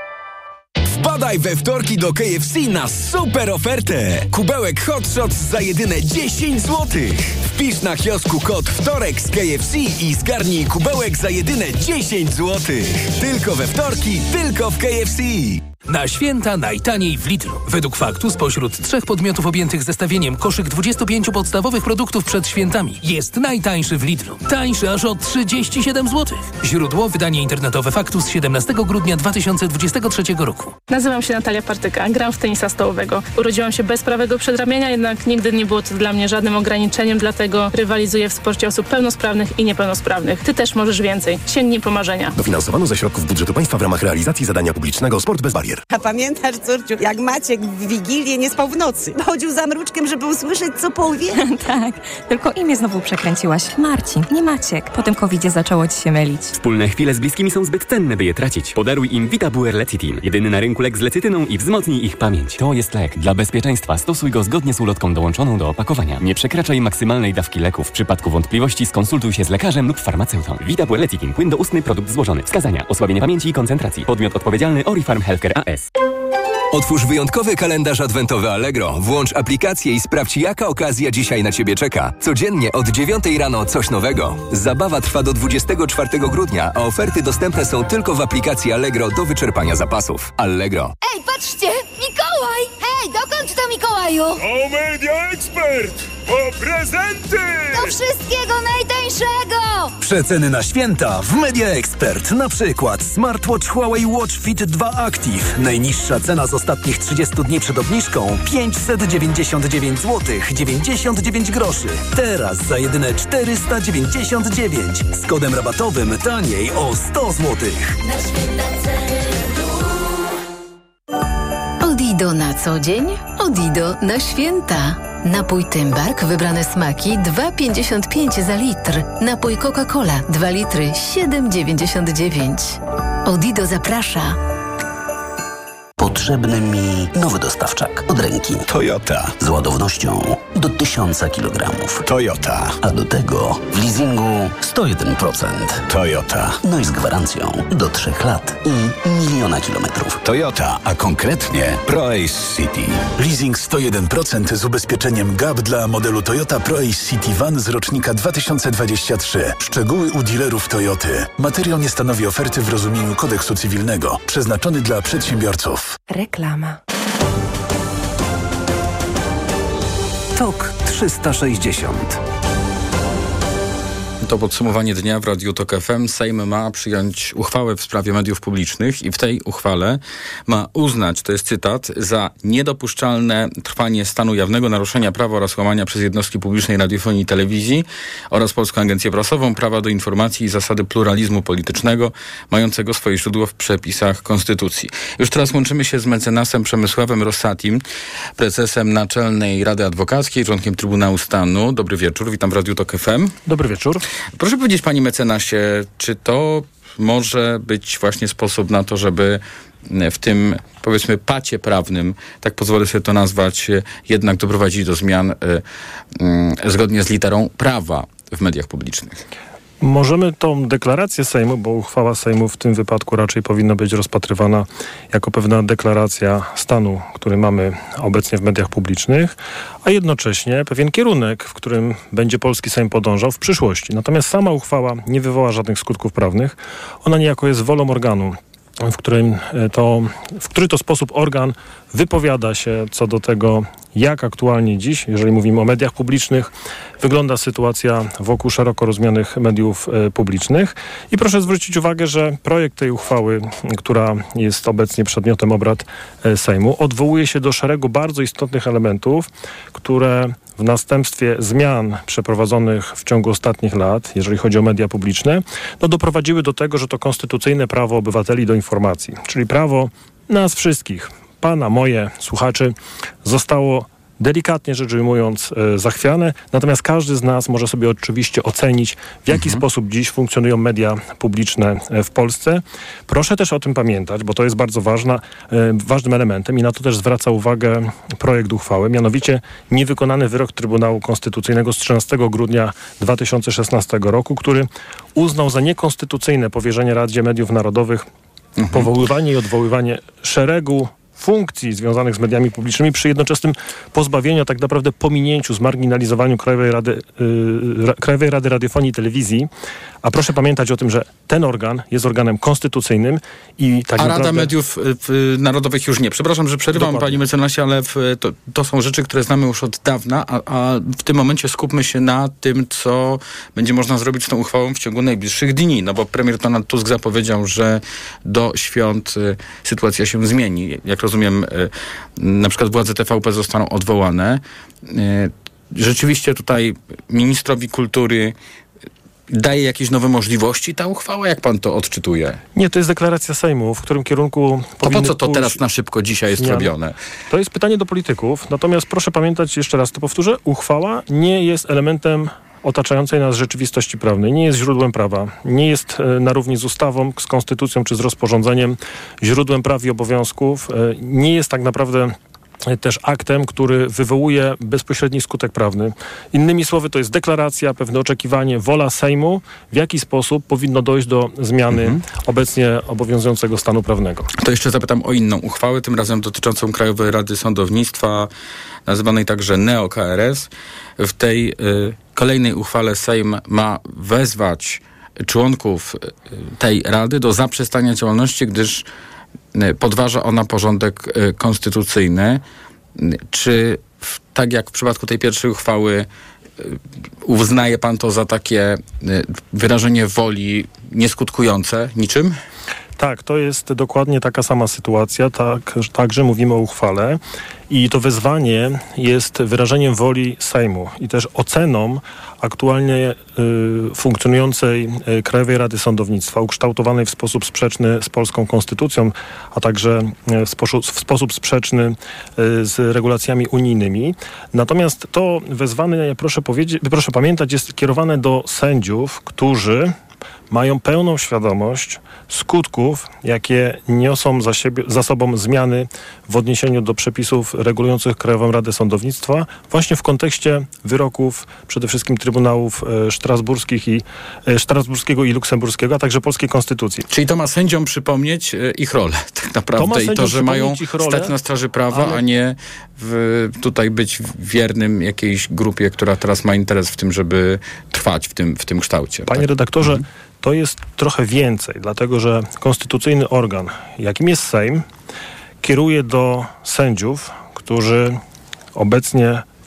Wpadaj we wtorki do K F C na super ofertę. Kubełek Hot Shots za jedyne dziesięć złotych. Wpisz na kiosku kod wtorek z K F C i zgarnij kubełek za jedyne dziesięć złotych. Tylko we wtorki, tylko w K F C. Na święta najtaniej w Lidlu. Według faktu spośród trzech podmiotów objętych zestawieniem koszyk dwudziestu pięciu podstawowych produktów przed świętami jest najtańszy w Lidlu. Tańszy aż o trzydzieści siedem złotych. Źródło wydanie internetowe faktu z siedemnastego grudnia dwa tysiące dwudziestego trzeciego roku. Nazywam się Natalia Partyka, gram w tenisa stołowego. Urodziłam się bez prawego przedramienia, jednak nigdy nie było to dla mnie żadnym ograniczeniem, dlatego rywalizuję w sporcie osób pełnosprawnych i niepełnosprawnych. Ty też możesz więcej. Sięgnij po marzenia. Dofinansowano ze środków budżetu państwa w ramach realizacji zadania publicznego Sport bez barier. A pamiętasz, córciu, jak Maciek w Wigilię nie spał w nocy? Chodził za mruczkiem, żeby usłyszeć, co powie? Tak, tylko imię znowu przekręciłaś. Marcin, nie Maciek. Po tym kowidzie zaczęło ci się mylić. Wspólne chwile z bliskimi są zbyt cenne, by je tracić. Podaruj im VitaBuer Lecitin. Jedyny na rynku lek z lecytyną i wzmocnij ich pamięć. To jest lek. Dla bezpieczeństwa stosuj go zgodnie z ulotką dołączoną do opakowania. Nie przekraczaj maksymalnej dawki leku. W przypadku wątpliwości skonsultuj się z lekarzem lub farmaceutą. VitaBuer Lecitin. Płyn doustny, produkt złożony. Wskazania: osłabienie pamięci i koncentracji. Podmiot odpowiedzialny Orifarm Healthcare A S. Otwórz wyjątkowy kalendarz adwentowy Allegro. Włącz aplikację i sprawdź, jaka okazja dzisiaj na Ciebie czeka. Codziennie od dziewiątej rano coś nowego. Zabawa trwa do dwudziestego czwartego grudnia, a oferty dostępne są tylko w aplikacji Allegro do wyczerpania zapasów. Allegro. Ej, patrzcie! Mikołaj! Hej, dokąd to, Mikołaju? O Media Expert! Po prezenty! Do wszystkiego najtańszego! Przeceny na święta w Media Expert. Na przykład smartwatch Huawei Watch Fit dwa Active. Najniższa cena z ostatnich trzydziestu dni przed obniżką pięćset dziewięćdziesiąt dziewięć złotych dziewięćdziesiąt dziewięć groszy. Teraz za jedyne czterysta dziewięćdziesiąt dziewięć. Z kodem rabatowym taniej o sto złotych. Na święta ceny. Odido na co dzień, Odido na święta. Napój Tymbark, wybrane smaki dwa pięćdziesiąt pięć za litr. Napój Coca-Cola dwa litry siedem dziewięćdziesiąt dziewięć. Odido zaprasza. Potrzebny mi nowy dostawczak od ręki. Toyota. Z ładownością do tysiąca kilogramów. Toyota. A do tego w leasingu sto jeden procent. Toyota. No i z gwarancją do trzech lat i miliona kilometrów. Toyota, a konkretnie ProAce City. Leasing sto jeden procent z ubezpieczeniem G A P dla modelu Toyota ProAce City Van z rocznika dwa tysiące dwudziestego trzeciego. Szczegóły u dealerów Toyoty. Materiał nie stanowi oferty w rozumieniu kodeksu cywilnego. Przeznaczony dla przedsiębiorców. Reklama. Tok trzysta sześćdziesiąt. To podsumowanie dnia w Radiu Tok F M. Sejm ma przyjąć uchwałę w sprawie mediów publicznych i w tej uchwale ma uznać, to jest cytat, za niedopuszczalne trwanie stanu jawnego, naruszenia prawa oraz łamania przez jednostki publicznej radiofonii i telewizji oraz Polską Agencję Prasową prawa do informacji i zasady pluralizmu politycznego mającego swoje źródło w przepisach Konstytucji. Już teraz łączymy się z mecenasem Przemysławem Rossatim, prezesem Naczelnej Rady Adwokackiej, członkiem Trybunału Stanu. Dobry wieczór, witam w Radiu Tok F M. Dobry wieczór. Proszę powiedzieć, panie mecenasie, czy to może być właśnie sposób na to, żeby w tym, powiedzmy, pacie prawnym, tak pozwolę sobie to nazwać, jednak doprowadzić do zmian y, y, zgodnie z literą prawa w mediach publicznych? Możemy tą deklarację Sejmu, bo uchwała Sejmu w tym wypadku raczej powinna być rozpatrywana jako pewna deklaracja stanu, który mamy obecnie w mediach publicznych, a jednocześnie pewien kierunek, w którym będzie polski Sejm podążał w przyszłości. Natomiast sama uchwała nie wywoła żadnych skutków prawnych. Ona niejako jest wolą organu, w którym to, w który to sposób organ wypowiada się co do tego, jak aktualnie dziś, jeżeli mówimy o mediach publicznych, wygląda sytuacja wokół szeroko rozumianych mediów e, publicznych. I proszę zwrócić uwagę, że projekt tej uchwały, która jest obecnie przedmiotem obrad e, Sejmu, odwołuje się do szeregu bardzo istotnych elementów, które w następstwie zmian przeprowadzonych w ciągu ostatnich lat, jeżeli chodzi o media publiczne, no doprowadziły do tego, że to konstytucyjne prawo obywateli do informacji, czyli prawo nas wszystkich, pana, moje, słuchaczy, zostało delikatnie rzecz ujmując e, zachwiane. Natomiast każdy z nas może sobie oczywiście ocenić, w jaki mhm. sposób dziś funkcjonują media publiczne w Polsce. Proszę też o tym pamiętać, bo to jest bardzo ważna, e, ważnym elementem i na to też zwraca uwagę projekt uchwały. Mianowicie niewykonany wyrok Trybunału Konstytucyjnego z trzynastego grudnia dwa tysiące szesnastego roku, który uznał za niekonstytucyjne powierzenie Radzie Mediów Narodowych mhm. powoływanie i odwoływanie szeregu funkcji związanych z mediami publicznymi przy jednoczesnym pozbawieniu, a tak naprawdę pominięciu, zmarginalizowaniu Krajowej Rady, yy, Krajowej Rady Radiofonii i Telewizji. A proszę pamiętać o tym, że ten organ jest organem konstytucyjnym i tak A naprawdę... Rada Mediów y, Narodowych już nie. Przepraszam, że przerywam, Dokładnie. Panie mecenasie, ale w, to, to są rzeczy, które znamy już od dawna, a, a w tym momencie skupmy się na tym, co będzie można zrobić z tą uchwałą w ciągu najbliższych dni. No bo premier Donald Tusk zapowiedział, że do świąt y, sytuacja się zmieni. Jak rozumiem, y, na przykład władze T V P zostaną odwołane. Y, rzeczywiście tutaj ministrowi kultury daje jakieś nowe możliwości ta uchwała? Jak pan to odczytuje? Nie, to jest deklaracja Sejmu, w którym kierunku To po co to teraz na szybko dzisiaj jest zmiany. robione? To jest pytanie do polityków, natomiast proszę pamiętać, jeszcze raz to powtórzę, uchwała nie jest elementem otaczającej nas rzeczywistości prawnej, nie jest źródłem prawa, nie jest na równi z ustawą, z konstytucją czy z rozporządzeniem źródłem praw i obowiązków, nie jest tak naprawdę też aktem, który wywołuje bezpośredni skutek prawny. Innymi słowy, to jest deklaracja, pewne oczekiwanie, wola Sejmu, w jaki sposób powinno dojść do zmiany mhm. obecnie obowiązującego stanu prawnego. To jeszcze zapytam o inną uchwałę, tym razem dotyczącą Krajowej Rady Sądownictwa, nazywanej także Neo-K R S. W tej y, kolejnej uchwale Sejm ma wezwać członków tej Rady do zaprzestania działalności, gdyż podważa ona porządek konstytucyjny. Czy w, tak jak w przypadku tej pierwszej uchwały uznaje pan to za takie wyrażenie woli nieskutkujące niczym? Tak, to jest dokładnie taka sama sytuacja, tak, także mówimy o uchwale i to wezwanie jest wyrażeniem woli Sejmu i też oceną aktualnie y, funkcjonującej y, Krajowej Rady Sądownictwa, ukształtowanej w sposób sprzeczny z polską konstytucją, a także y, w, sposób, w sposób sprzeczny y, z regulacjami unijnymi. Natomiast to wezwanie, proszę powiedzieć, proszę pamiętać, jest kierowane do sędziów, którzy mają pełną świadomość skutków, jakie niosą za, siebie, za sobą zmiany w odniesieniu do przepisów regulujących Krajową Radę Sądownictwa, właśnie w kontekście wyroków przede wszystkim Trybunałów e, Strasburskich i, e, Strasburskiego i Luksemburskiego, a także polskiej konstytucji. Czyli to ma sędziom przypomnieć e, ich rolę, tak naprawdę. To I to, że mają rolę, stać na straży prawa, ale... a nie w, tutaj być wiernym jakiejś grupie, która teraz ma interes w tym, żeby trwać w tym, w tym kształcie. Panie tak? redaktorze, mhm. to jest trochę więcej, dlatego że konstytucyjny organ, jakim jest Sejm, kieruje do sędziów, którzy obecnie w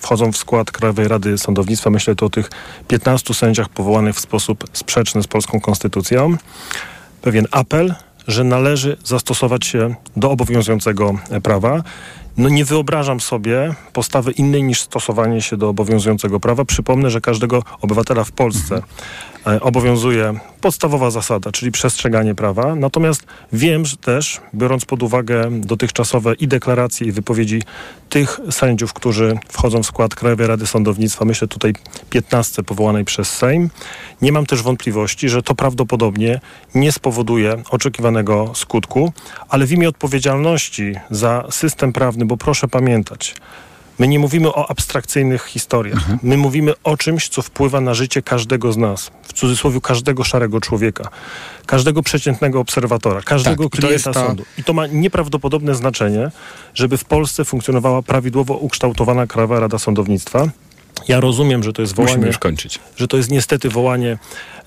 wchodzą w skład Krajowej Rady Sądownictwa, myślę tu o tych piętnastu sędziach powołanych w sposób sprzeczny z polską konstytucją, pewien apel, że należy zastosować się do obowiązującego prawa. No nie wyobrażam sobie postawy innej niż stosowanie się do obowiązującego prawa. Przypomnę, że każdego obywatela w Polsce e, obowiązuje podstawowa zasada, czyli przestrzeganie prawa. Natomiast wiem że też, biorąc pod uwagę dotychczasowe i deklaracje, i wypowiedzi tych sędziów, którzy wchodzą w skład Krajowej Rady Sądownictwa, myślę tutaj piętnastce powołanej przez Sejm, nie mam też wątpliwości, że to prawdopodobnie nie spowoduje oczekiwanego skutku, ale w imię odpowiedzialności za system prawny, bo proszę pamiętać, my nie mówimy o abstrakcyjnych historiach. Mhm. My mówimy o czymś, co wpływa na życie każdego z nas. W cudzysłowie każdego szarego człowieka. Każdego przeciętnego obserwatora. Każdego tak, klienta ta... sądu. I to ma nieprawdopodobne znaczenie, żeby w Polsce funkcjonowała prawidłowo ukształtowana Krajowa Rada Sądownictwa. Ja rozumiem, że to jest wołanie... Musimy już kończyć. Że to jest niestety wołanie,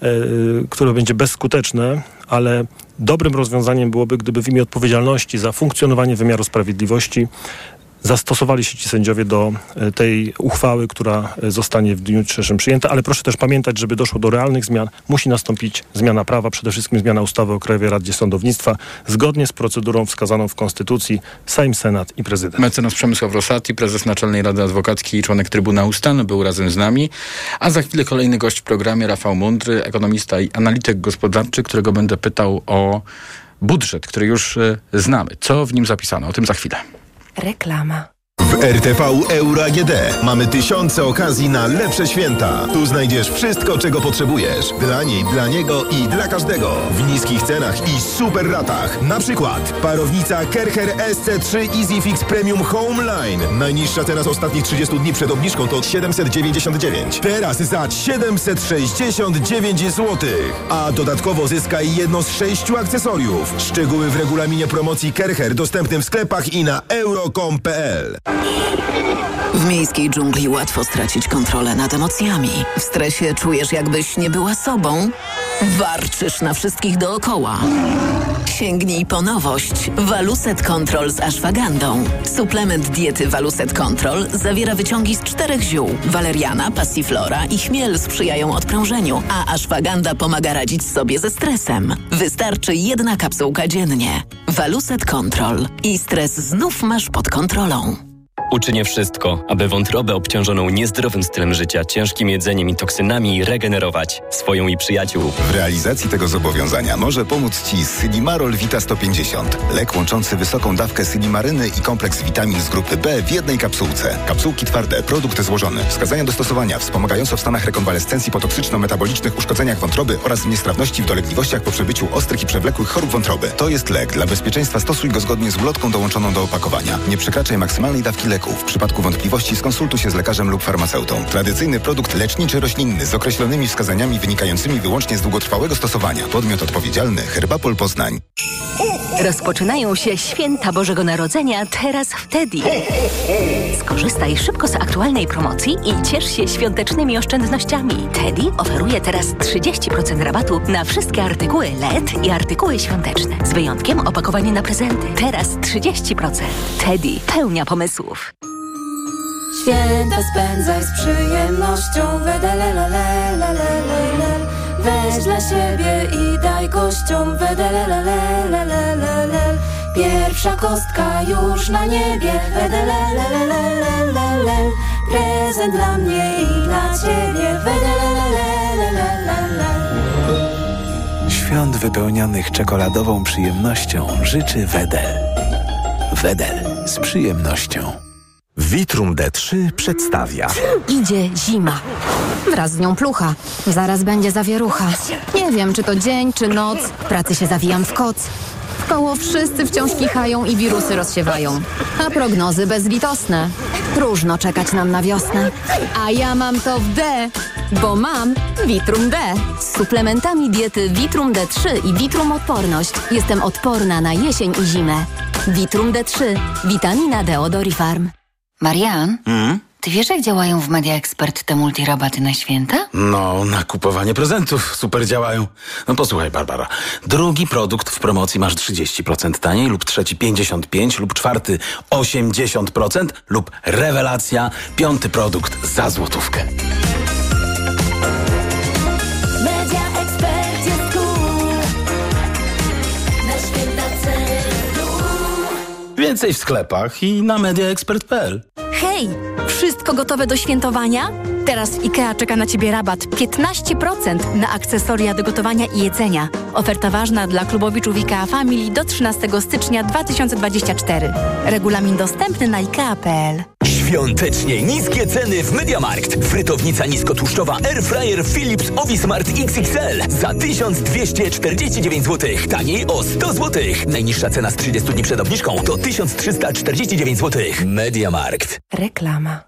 yy, które będzie bezskuteczne, ale dobrym rozwiązaniem byłoby, gdyby w imię odpowiedzialności za funkcjonowanie wymiaru sprawiedliwości zastosowali się ci sędziowie do tej uchwały, która zostanie w dniu jutrzejszym przyjęta, ale proszę też pamiętać, żeby doszło do realnych zmian, musi nastąpić zmiana prawa, przede wszystkim zmiana ustawy o Krajowej Radzie Sądownictwa, zgodnie z procedurą wskazaną w Konstytucji, Sejm, Senat i Prezydent. Mecenas Przemysław Rosati, prezes Naczelnej Rady Adwokackiej i członek Trybunału Stanu był razem z nami, a za chwilę kolejny gość w programie, Rafał Mądry, ekonomista i analityk gospodarczy, którego będę pytał o budżet, który już y, znamy. Co w nim zapisano? O tym za chwilę. Reklama. W R T V Euro A G D mamy tysiące okazji na lepsze święta. Tu znajdziesz wszystko, czego potrzebujesz. Dla niej, dla niego i dla każdego. W niskich cenach i super ratach. Na przykład parownica Kercher S C trzy EasyFix Premium Homeline. Najniższa cena z ostatnich trzydziestu dni przed obniżką to siedemset dziewięćdziesiąt dziewięć. Teraz za siedemset sześćdziesiąt dziewięć złotych. A dodatkowo zyskaj jedno z sześciu akcesoriów. Szczegóły w regulaminie promocji Kercher dostępnym w sklepach i na euro kropka com kropka p l. W miejskiej dżungli łatwo stracić kontrolę nad emocjami. W stresie czujesz, jakbyś nie była sobą. Warczysz na wszystkich dookoła. Sięgnij po nowość. Waluset Control z ashwagandą. Suplement diety Waluset Control zawiera wyciągi z czterech ziół. Waleriana, passiflora i chmiel sprzyjają odprężeniu, a ashwaganda pomaga radzić sobie ze stresem. Wystarczy jedna kapsułka dziennie. Waluset Control. I stres znów masz pod kontrolą. Uczynię wszystko, aby wątrobę obciążoną niezdrowym stylem życia, ciężkim jedzeniem i toksynami regenerować swoją i przyjaciół. W realizacji tego zobowiązania może pomóc Ci Sylimarol Vita sto pięćdziesiąt. Lek łączący wysoką dawkę sylimaryny i kompleks witamin z grupy B w jednej kapsułce. Kapsułki twarde, produkt złożony. Wskazania do stosowania wspomagające w stanach rekonwalescencji po toksyczno-metabolicznych uszkodzeniach wątroby oraz niestrawności w dolegliwościach po przebyciu ostrych i przewlekłych chorób wątroby. To jest lek. Dla bezpieczeństwa stosuj go zgodnie z ulotką dołączoną do opakowania. Nie przekraczaj maksymalnej dawki leku. W przypadku wątpliwości skonsultuj się z lekarzem lub farmaceutą. Tradycyjny produkt leczniczy roślinny z określonymi wskazaniami wynikającymi wyłącznie z długotrwałego stosowania. Podmiot odpowiedzialny Herbapol Poznań. Rozpoczynają się święta Bożego Narodzenia teraz w Teddy. Skorzystaj szybko z aktualnej promocji i ciesz się świątecznymi oszczędnościami. Teddy oferuje teraz trzydzieści procent rabatu na wszystkie artykuły L E D i artykuły świąteczne. Z wyjątkiem opakowania na prezenty. Teraz trzydzieści procent. Teddy. Pełnia pomysłów. Święta spędzaj z przyjemnością, wedelelelelelelelel. Weź dla siebie i daj gościom, wedelelelelelelel. Pierwsza kostka już na niebie, wedelelelelelelel. Prezent dla mnie i dla ciebie, wedelelelelelelel. Świąt wypełnionych czekoladową przyjemnością życzy Wedel. Wedel z przyjemnością. Vitrum D trzy przedstawia. Idzie zima. Wraz z nią plucha. Zaraz będzie zawierucha. Nie wiem, czy to dzień, czy noc. W pracy się zawijam w koc. Wkoło wszyscy wciąż kichają i wirusy rozsiewają. A prognozy bezlitosne. Próżno czekać nam na wiosnę. A ja mam to w D, bo mam Vitrum D. Z suplementami diety Vitrum D trzy i Vitrum Odporność jestem odporna na jesień i zimę. Vitrum D trzy. Witamina D od Orifarm. Marian, Mm? Ty wiesz, jak działają w Media Expert te multirabaty na święta? No, na kupowanie prezentów super działają. No posłuchaj, Barbara. Drugi produkt w promocji masz trzydzieści procent taniej, lub trzeci pięćdziesiąt pięć procent, lub czwarty osiemdziesiąt procent, lub rewelacja, piąty produkt za złotówkę. Media Expert jest cool. Na święta ceny cool. Więcej w sklepach i na media expert kropka p l. Hej! Wszystko gotowe do świętowania? Teraz w IKEA czeka na Ciebie rabat piętnaście procent na akcesoria do gotowania i jedzenia. Oferta ważna dla klubowiczów IKEA Family do trzynastego stycznia dwa tysiące dwudziestego czwartego. Regulamin dostępny na ikea kropka p l. Świątecznie niskie ceny w MediaMarkt. Frytownica niskotłuszczowa Airfryer Philips Ovismart X X L za tysiąc dwieście czterdzieści dziewięć złotych. Taniej o sto złotych. Najniższa cena z trzydziestu dni przed obniżką to tysiąc trzysta czterdzieści dziewięć złotych. MediaMarkt. Reklama.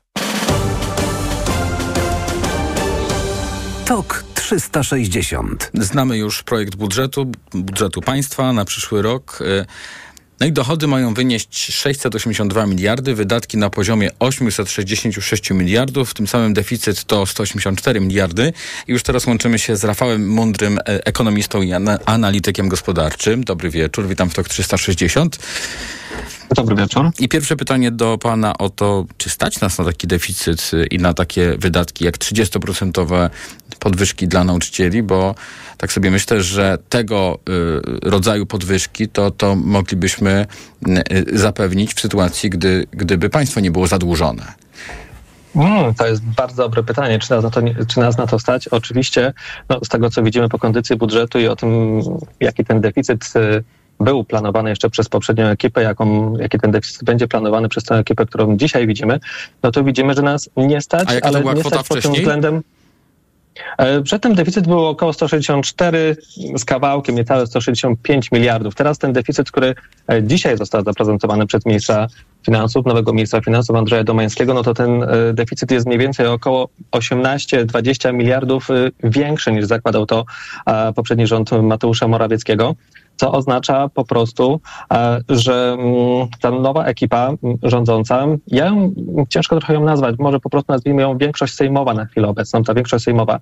Tok trzysta sześćdziesiąt. Znamy już projekt budżetu, budżetu państwa na przyszły rok. No i dochody mają wynieść sześćset osiemdziesiąt dwa miliardy, wydatki na poziomie osiemset sześćdziesiąt sześć miliardów, tym samym deficyt to sto osiemdziesiąt cztery miliardy. I już teraz łączymy się z Rafałem Mądrym, ekonomistą i analitykiem gospodarczym. Dobry wieczór, witam w Tok trzysta sześćdziesiąt. Dobry wieczór. I pierwsze pytanie do pana o to, czy stać nas na taki deficyt i na takie wydatki jak trzydziestoprocentowe podwyżki dla nauczycieli, bo tak sobie myślę, że tego y, rodzaju podwyżki to, to moglibyśmy y, zapewnić w sytuacji, gdy, gdyby państwo nie było zadłużone. Mm, to jest bardzo dobre pytanie, czy nas na to, czy nas na to stać? Oczywiście, no, z tego co widzimy po kondycji budżetu i o tym, jaki ten deficyt y, był planowany jeszcze przez poprzednią ekipę, jaką, jaki ten deficyt będzie planowany przez tę ekipę, którą dzisiaj widzimy, no to widzimy, że nas nie stać, A jaka ale to była nie kwota stać pod wcześniej? tym względem. Przedtem deficyt był około sto sześćdziesiąt cztery z kawałkiem, niecałe sto sześćdziesiąt pięć miliardów. Teraz ten deficyt, który dzisiaj został zaprezentowany przez ministra finansów, nowego ministra finansów Andrzeja Domańskiego, no to ten deficyt jest mniej więcej około osiemnaście dwadzieścia miliardów większy niż zakładał to poprzedni rząd Mateusza Morawieckiego. Co oznacza po prostu, że ta nowa ekipa rządząca, ja ją, ciężko trochę ją nazwać, może po prostu nazwijmy ją większość sejmowa na chwilę obecną, ta większość sejmowa,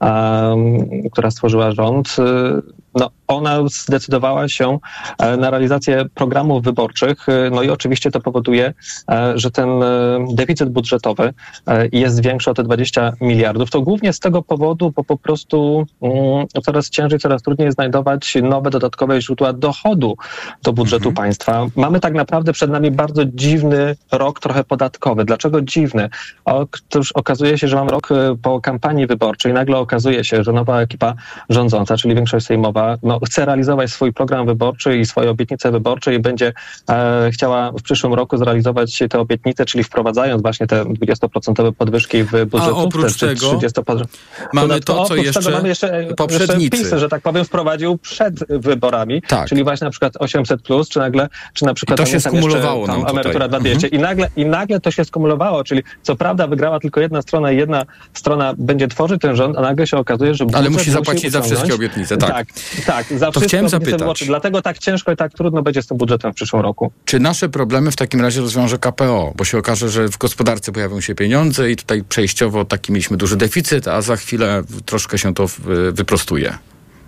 która stworzyła rząd, no ona zdecydowała się na realizację programów wyborczych, no i oczywiście to powoduje, że ten deficyt budżetowy jest większy o te dwadzieścia miliardów. To głównie z tego powodu, bo po prostu coraz ciężej, coraz trudniej znajdować nowe, dodatkowe źródła dochodu do budżetu mhm. państwa. Mamy tak naprawdę przed nami bardzo dziwny rok, trochę podatkowy. Dlaczego dziwny? Otóż okazuje się, że mamy rok po kampanii wyborczej. Nagle okazuje się, że nowa ekipa rządząca, czyli większość sejmowa, no, chce realizować swój program wyborczy i swoje obietnice wyborcze i będzie e, chciała w przyszłym roku zrealizować te obietnice, czyli wprowadzając właśnie te dwudziestoprocentowe podwyżki w budżecie. A oprócz te, tego trzydzieści mamy to, co jeszcze, mamy jeszcze poprzednicy. Jeszcze PiS, że tak powiem, wprowadził przed wyborami, tak. Czyli właśnie na przykład osiemset plus, czy nagle, czy na przykład I to się skumulowało tam nam emerytura dla dwieście. Mhm. I nagle, i nagle to się skumulowało, czyli co prawda wygrała tylko jedna strona i jedna strona będzie tworzyć ten rząd, a nagle się okazuje, że ale musi zapłacić musi za wszystkie obietnice, tak. Tak, tak za to wszystkie chciałem zapytać. Wyborcze. Dlatego tak ciężko i tak trudno będzie z tym budżetem w przyszłym roku. Czy nasze problemy w takim razie rozwiąże K P O? Bo się okaże, że w gospodarce pojawią się pieniądze i tutaj przejściowo taki mieliśmy duży deficyt, a za chwilę troszkę się to wyprostuje.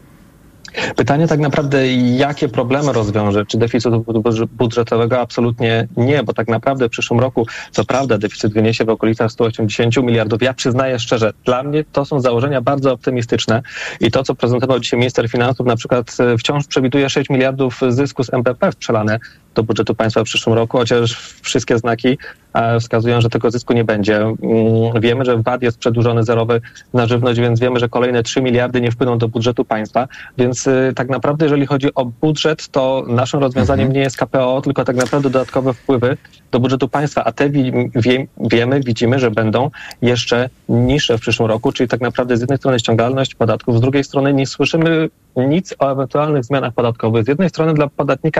Pytanie tak naprawdę, jakie problemy rozwiąże? Czy deficytu budżetowego? Absolutnie nie, bo tak naprawdę w przyszłym roku, co prawda, deficyt wyniesie w okolicach sto osiemdziesiąt miliardów. Ja przyznaję szczerze, dla mnie to są założenia bardzo optymistyczne i to, co prezentował dzisiaj minister finansów, na przykład wciąż przewiduje sześć miliardów zysku z M P P przelane do budżetu państwa w przyszłym roku, chociaż wszystkie znaki wskazują, że tego zysku nie będzie. Wiemy, że V A T jest przedłużony zerowy na żywność, więc wiemy, że kolejne trzy miliardy nie wpłyną do budżetu państwa, więc tak naprawdę, jeżeli chodzi o budżet, to naszym rozwiązaniem mhm. nie jest K P O, tylko tak naprawdę dodatkowe wpływy do budżetu państwa, a te wie, wie, wiemy, widzimy, że będą jeszcze niższe w przyszłym roku, czyli tak naprawdę z jednej strony ściągalność podatków, z drugiej strony nie słyszymy nic o ewentualnych zmianach podatkowych. Z jednej strony dla podatnika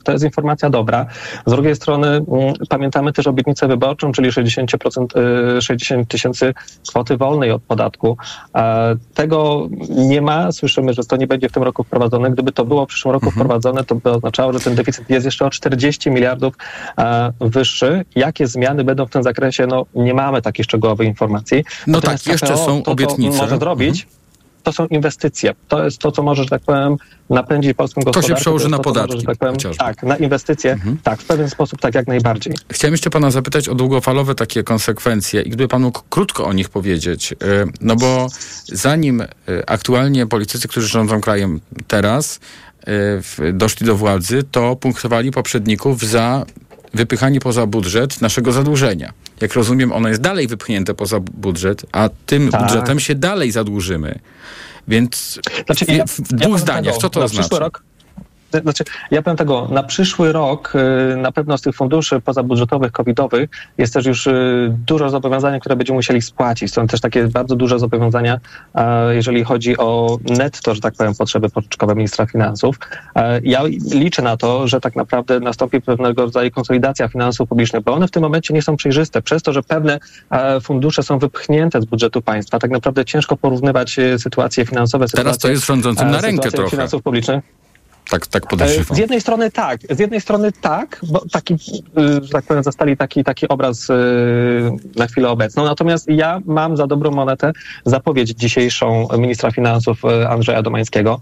To jest informacja dobra. Z drugiej strony m, pamiętamy też obietnicę wyborczą, czyli sześćdziesiąt procent, sześćdziesiąt tysięcy kwoty wolnej od podatku. E, tego nie ma. Słyszymy, że to nie będzie w tym roku wprowadzone. Gdyby to było w przyszłym roku mhm. wprowadzone, to by oznaczało, że ten deficyt jest jeszcze o czterdzieści miliardów e, wyższy. Jakie zmiany będą w tym zakresie? No nie mamy takiej szczegółowej informacji. No Natomiast tak, jeszcze K P O, są to, obietnice. To może zrobić. Mhm. To są inwestycje. To jest to, co może, że tak powiem, napędzić polską gospodarkę. To się przełoży to na to, podatki. Może, że tak, powiem, tak, na inwestycje. Mhm. Tak, w pewien sposób, tak jak najbardziej. Chciałem jeszcze pana zapytać o długofalowe takie konsekwencje i gdyby pan mógł krótko o nich powiedzieć. No bo zanim aktualnie politycy, którzy rządzą krajem teraz, doszli do władzy, to punktowali poprzedników za wypychanie poza budżet naszego zadłużenia. Jak rozumiem, ono jest dalej wypchnięte poza budżet, a tym tak. budżetem się dalej zadłużymy. Więc znaczy, w, ja, w dwóch ja zdaniach, tego, co to oznacza? Rok, znaczy, ja powiem tego, na przyszły rok na pewno z tych funduszy pozabudżetowych, covidowych jest też już dużo zobowiązań, które będziemy musieli spłacić. Są też takie bardzo duże zobowiązania, jeżeli chodzi o netto, że tak powiem, potrzeby pożyczkowe ministra finansów. Ja liczę na to, że tak naprawdę nastąpi pewnego rodzaju konsolidacja finansów publicznych, bo one w tym momencie nie są przejrzyste. Przez to, że pewne fundusze są wypchnięte z budżetu państwa, tak naprawdę ciężko porównywać sytuacje finansowe. Teraz sytuacje, to jest rządzącym na rękę trochę. Finansów publicznych. Tak, tak podejrzewam. Z jednej strony tak, z jednej strony tak, bo taki, że tak powiem, zostali taki, taki obraz na chwilę obecną. Natomiast ja mam za dobrą monetę zapowiedź dzisiejszą ministra finansów Andrzeja Domańskiego,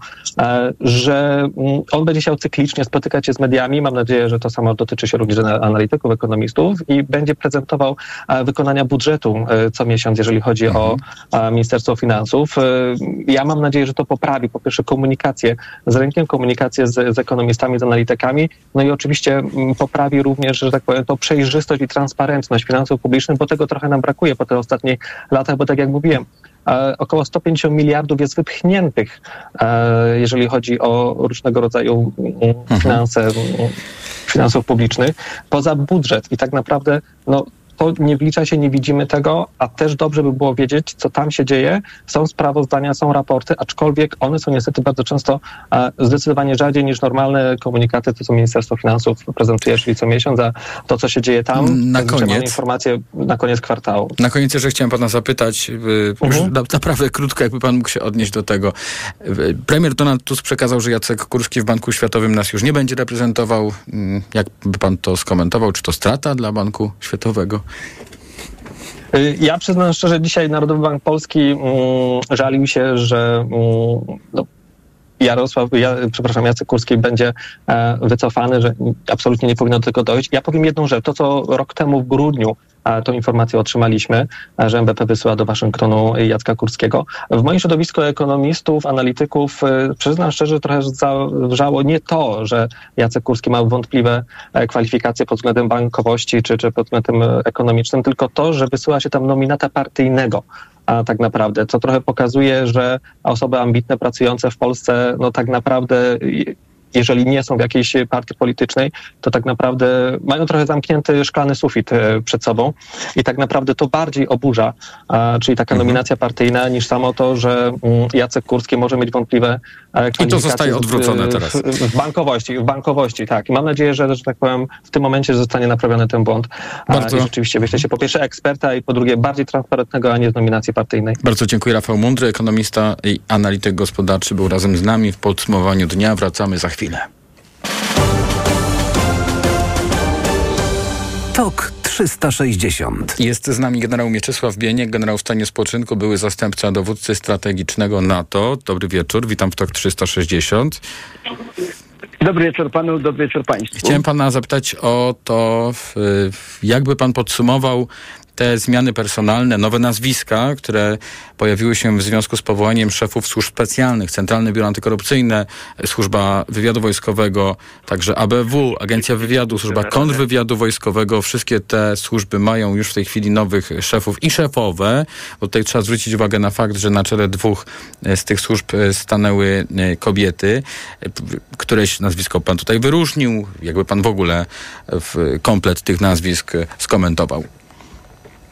że on będzie chciał cyklicznie spotykać się z mediami. Mam nadzieję, że to samo dotyczy się również analityków, ekonomistów i będzie prezentował wykonania budżetu co miesiąc, jeżeli chodzi mhm. o Ministerstwo Finansów. Ja mam nadzieję, że to poprawi po pierwsze komunikację z rynkiem, komunikację Z, z ekonomistami, z analitykami, no i oczywiście poprawi również, że tak powiem, to przejrzystość i transparentność finansów publicznych, bo tego trochę nam brakuje po tych ostatnich latach, bo tak jak mówiłem, e, około sto pięćdziesiąt miliardów jest wypchniętych, e, jeżeli chodzi o różnego rodzaju mhm. finanse, finansów publicznych, poza budżet i tak naprawdę, no to nie wlicza się, nie widzimy tego, a też dobrze by było wiedzieć, co tam się dzieje. Są sprawozdania, są raporty, aczkolwiek one są niestety bardzo często e, zdecydowanie rzadziej niż normalne komunikaty, to co Ministerstwo Finansów prezentuje, czyli co miesiąc, a to, co się dzieje tam, na koniec mamy informacje na koniec kwartału. Na koniec jeszcze chciałem pana zapytać, uh-huh. już na, naprawdę krótko, jakby pan mógł się odnieść do tego. Premier Donald Tusk przekazał, że Jacek Kurski w Banku Światowym nas już nie będzie reprezentował. Jakby pan to skomentował? Czy to strata dla Banku Światowego? Ja przyznam szczerze, dzisiaj Narodowy Bank Polski mm, żalił się, że mm, no, Jarosław, ja, przepraszam, Jacek Kurski będzie e, wycofany, że absolutnie nie powinno do tego dojść. Ja powiem jedną rzecz. To, co rok temu w grudniu a tą informację otrzymaliśmy, że M B P wysyła do Waszyngtonu Jacka Kurskiego. W moim środowisku ekonomistów, analityków przyznam szczerze, trochę zawrzało nie to, że Jacek Kurski ma wątpliwe kwalifikacje pod względem bankowości czy, czy pod względem ekonomicznym, tylko to, że wysyła się tam nominata partyjnego. A tak naprawdę, co trochę pokazuje, że osoby ambitne, pracujące w Polsce, no tak naprawdę, jeżeli nie są w jakiejś partii politycznej, to tak naprawdę mają trochę zamknięty szklany sufit przed sobą i tak naprawdę to bardziej oburza, a, czyli taka nominacja partyjna, niż samo to, że mm, Jacek Kurski może mieć wątpliwe kwalifikacje. I to zostaje odwrócone w, teraz. W, w bankowości, w bankowości, tak. I mam nadzieję, że, że tak powiem, w tym momencie zostanie naprawiony ten błąd. Bardzo. I rzeczywiście wyśle się po pierwsze eksperta i po drugie bardziej transparentnego, a nie z nominacji partyjnej. Bardzo dziękuję. Rafał Mądry, ekonomista i analityk gospodarczy, był razem z nami w podsumowaniu dnia. Wracamy za chwilę. Tok trzysta sześćdziesiąt. Jest z nami generał Mieczysław Bieniek, generał w stanie spoczynku, były zastępca dowódcy strategicznego NATO. Dobry wieczór, witam w Tok trzysta sześćdziesiąt. Dobry wieczór panu, dobry wieczór państwu. Chciałem pana zapytać o to, jakby pan podsumował te zmiany personalne, nowe nazwiska, które pojawiły się w związku z powołaniem szefów służb specjalnych, Centralne Biuro Antykorupcyjne, Służba Wywiadu Wojskowego, także A B W, Agencja Wywiadu, Służba Kontrwywiadu Wojskowego. Wszystkie te służby mają już w tej chwili nowych szefów i szefowe, bo tutaj trzeba zwrócić uwagę na fakt, że na czele dwóch z tych służb stanęły kobiety. Któreś nazwisko pan tutaj wyróżnił, jakby pan w ogóle w komplet tych nazwisk skomentował.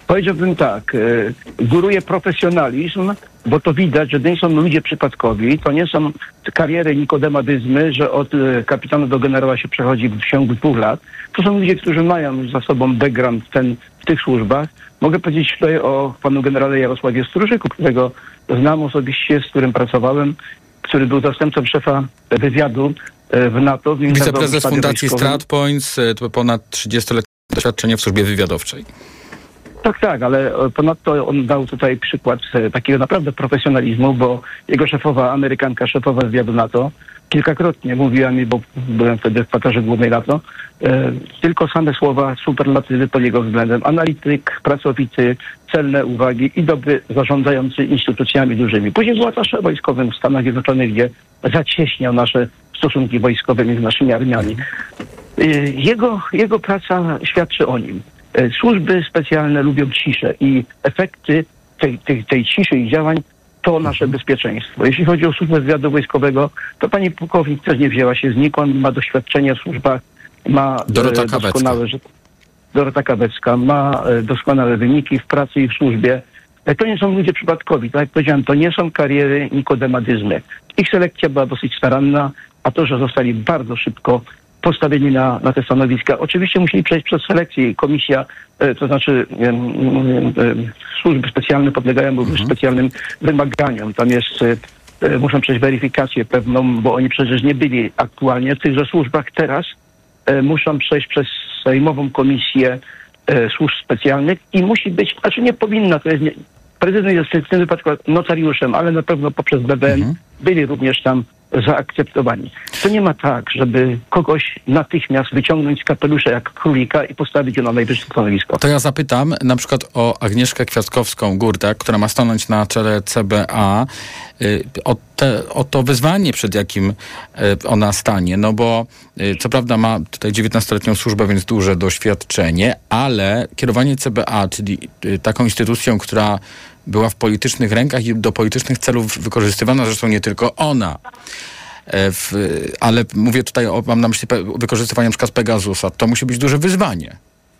Powiedziałbym tak, e, góruje profesjonalizm, bo to widać, że to nie są ludzie przypadkowi, to nie są kariery nikodemadyzmy, że od e, kapitana do generała się przechodzi w ciągu dwóch lat. To są ludzie, którzy mają za sobą background ten, w tych służbach. Mogę powiedzieć tutaj o panu generale Jarosławie Stróżyku, którego znam osobiście, z którym pracowałem, który był zastępcą szefa wywiadu e, w NATO. W Wiceprezes Fundacji StratPoints, to ponad trzydziestoletnie doświadczenie w służbie wywiadowczej. Tak, tak, ale ponadto on dał tutaj przykład takiego naprawdę profesjonalizmu, bo jego szefowa, Amerykanka, szefowa wywiadu NATO, kilkakrotnie mówiła mi, bo byłem wtedy w kwaterze głównej NATO, e, tylko same słowa, superlatywy pod jego względem. Analityk, pracowity, celne uwagi i dobry zarządzający instytucjami dużymi. Później był atasze wojskowym w Stanach Zjednoczonych, gdzie zacieśniał nasze stosunki wojskowe między naszymi armiami. E, jego, jego praca świadczy o nim. Służby specjalne lubią ciszę i efekty tej, tej, tej ciszy i działań to nasze bezpieczeństwo. Jeśli chodzi o służbę wywiadu wojskowego, to pani pułkownik też nie wzięła się znikąd, ma doświadczenie w służbach, ma Dorota doskonałe, że, Dorota Kawecka, ma doskonałe wyniki w pracy i w służbie. To nie są ludzie przypadkowi, tak jak powiedziałem, to nie są kariery nikodemadyzmy. Ich selekcja była dosyć staranna, a to, że zostali bardzo szybko postawieni na, na te stanowiska. Oczywiście musieli przejść przez selekcję i komisja, e, to znaczy e, e, służby specjalne podlegają mhm. specjalnym wymaganiom. Tam jest, e, muszą przejść weryfikację pewną, bo oni przecież nie byli aktualnie w tychże służbach. Teraz e, muszą przejść przez sejmową komisję e, służb specjalnych i musi być, znaczy nie powinna, to jest nie, prezydent jest w tym wypadku notariuszem, ale na pewno poprzez B B N mhm. byli również tam zaakceptowani. To nie ma tak, żeby kogoś natychmiast wyciągnąć z kapelusza jak królika i postawić go na najwyższe stanowisko. To ja zapytam na przykład o Agnieszkę Kwiatkowską-Gurtak, która ma stanąć na czele C B A, o, te, o to wyzwanie, przed jakim ona stanie, no bo co prawda ma tutaj dziewiętnastoletnią służbę, więc duże doświadczenie, ale kierowanie C B A, czyli taką instytucją, która była w politycznych rękach i do politycznych celów wykorzystywana, zresztą nie tylko ona. W, ale mówię tutaj, o, mam na myśli pe, wykorzystywanie na przykład Pegasusa. To musi być duże wyzwanie.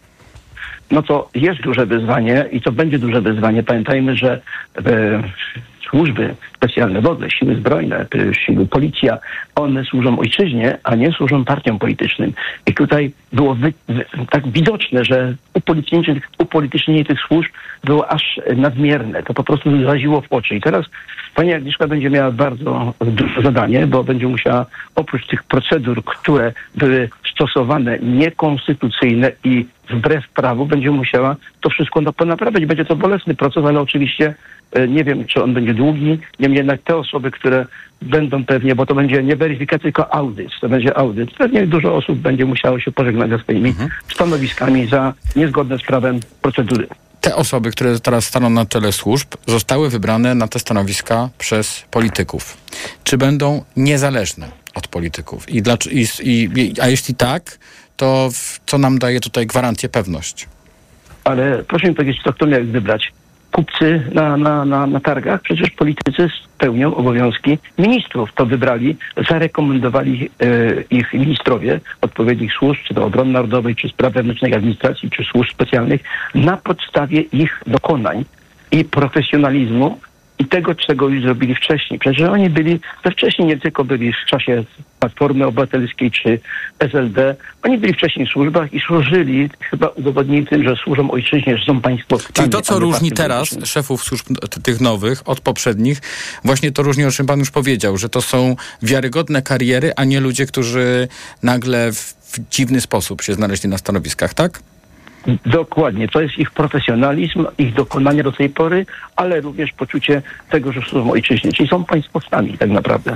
No to jest duże wyzwanie i to będzie duże wyzwanie. Pamiętajmy, że e, służby specjalne, wodne, siły zbrojne, siły policja, one służą ojczyźnie, a nie służą partiom politycznym. I tutaj było wy, wy, tak widoczne, że upolitycznienie, upolitycznienie tych służb było aż nadmierne. To po prostu raziło w oczy. I teraz pani Agnieszka będzie miała bardzo duże zadanie, bo będzie musiała oprócz tych procedur, które były stosowane niekonstytucyjne i wbrew prawu, będzie musiała to wszystko ponaprawiać. Będzie to bolesny proces, ale oczywiście nie wiem, czy on będzie długi. Niemniej jednak te osoby, które będą pewnie, bo to będzie nie weryfikacja, tylko audyt. To będzie audyt. Pewnie dużo osób będzie musiało się pożegnać ze swoimi mhm. stanowiskami za niezgodne z prawem procedury. Te osoby, które teraz staną na czele służb, zostały wybrane na te stanowiska przez polityków. Czy będą niezależne od polityków? I, dla, i, i, a jeśli tak, to w, co nam daje tutaj gwarancję, pewność? Ale proszę mi powiedzieć, kto, kto miał wybrać? Kupcy na, na, na, na targach? Przecież politycy spełnią obowiązki ministrów. To wybrali, zarekomendowali e, ich ministrowie odpowiednich służb, czy to obrony narodowej, czy spraw wewnętrznej administracji, czy służb specjalnych, na podstawie ich dokonań i profesjonalizmu i tego, czego już zrobili wcześniej. Przecież oni byli, we wcześniej nie tylko byli w czasie Platformy Obywatelskiej czy S L D, oni byli wcześniej w służbach i służyli, chyba udowodnili tym, że służą ojczyźnie, że są państwo... Czyli to, co różni teraz szefów służb tych nowych od poprzednich, właśnie to różni, o czym pan już powiedział, że to są wiarygodne kariery, a nie ludzie, którzy nagle w dziwny sposób się znaleźli na stanowiskach, tak? Dokładnie. To jest ich profesjonalizm, ich dokonanie do tej pory, ale również poczucie tego, że służą ojczyźnie. Czyli są państwowcami tak naprawdę.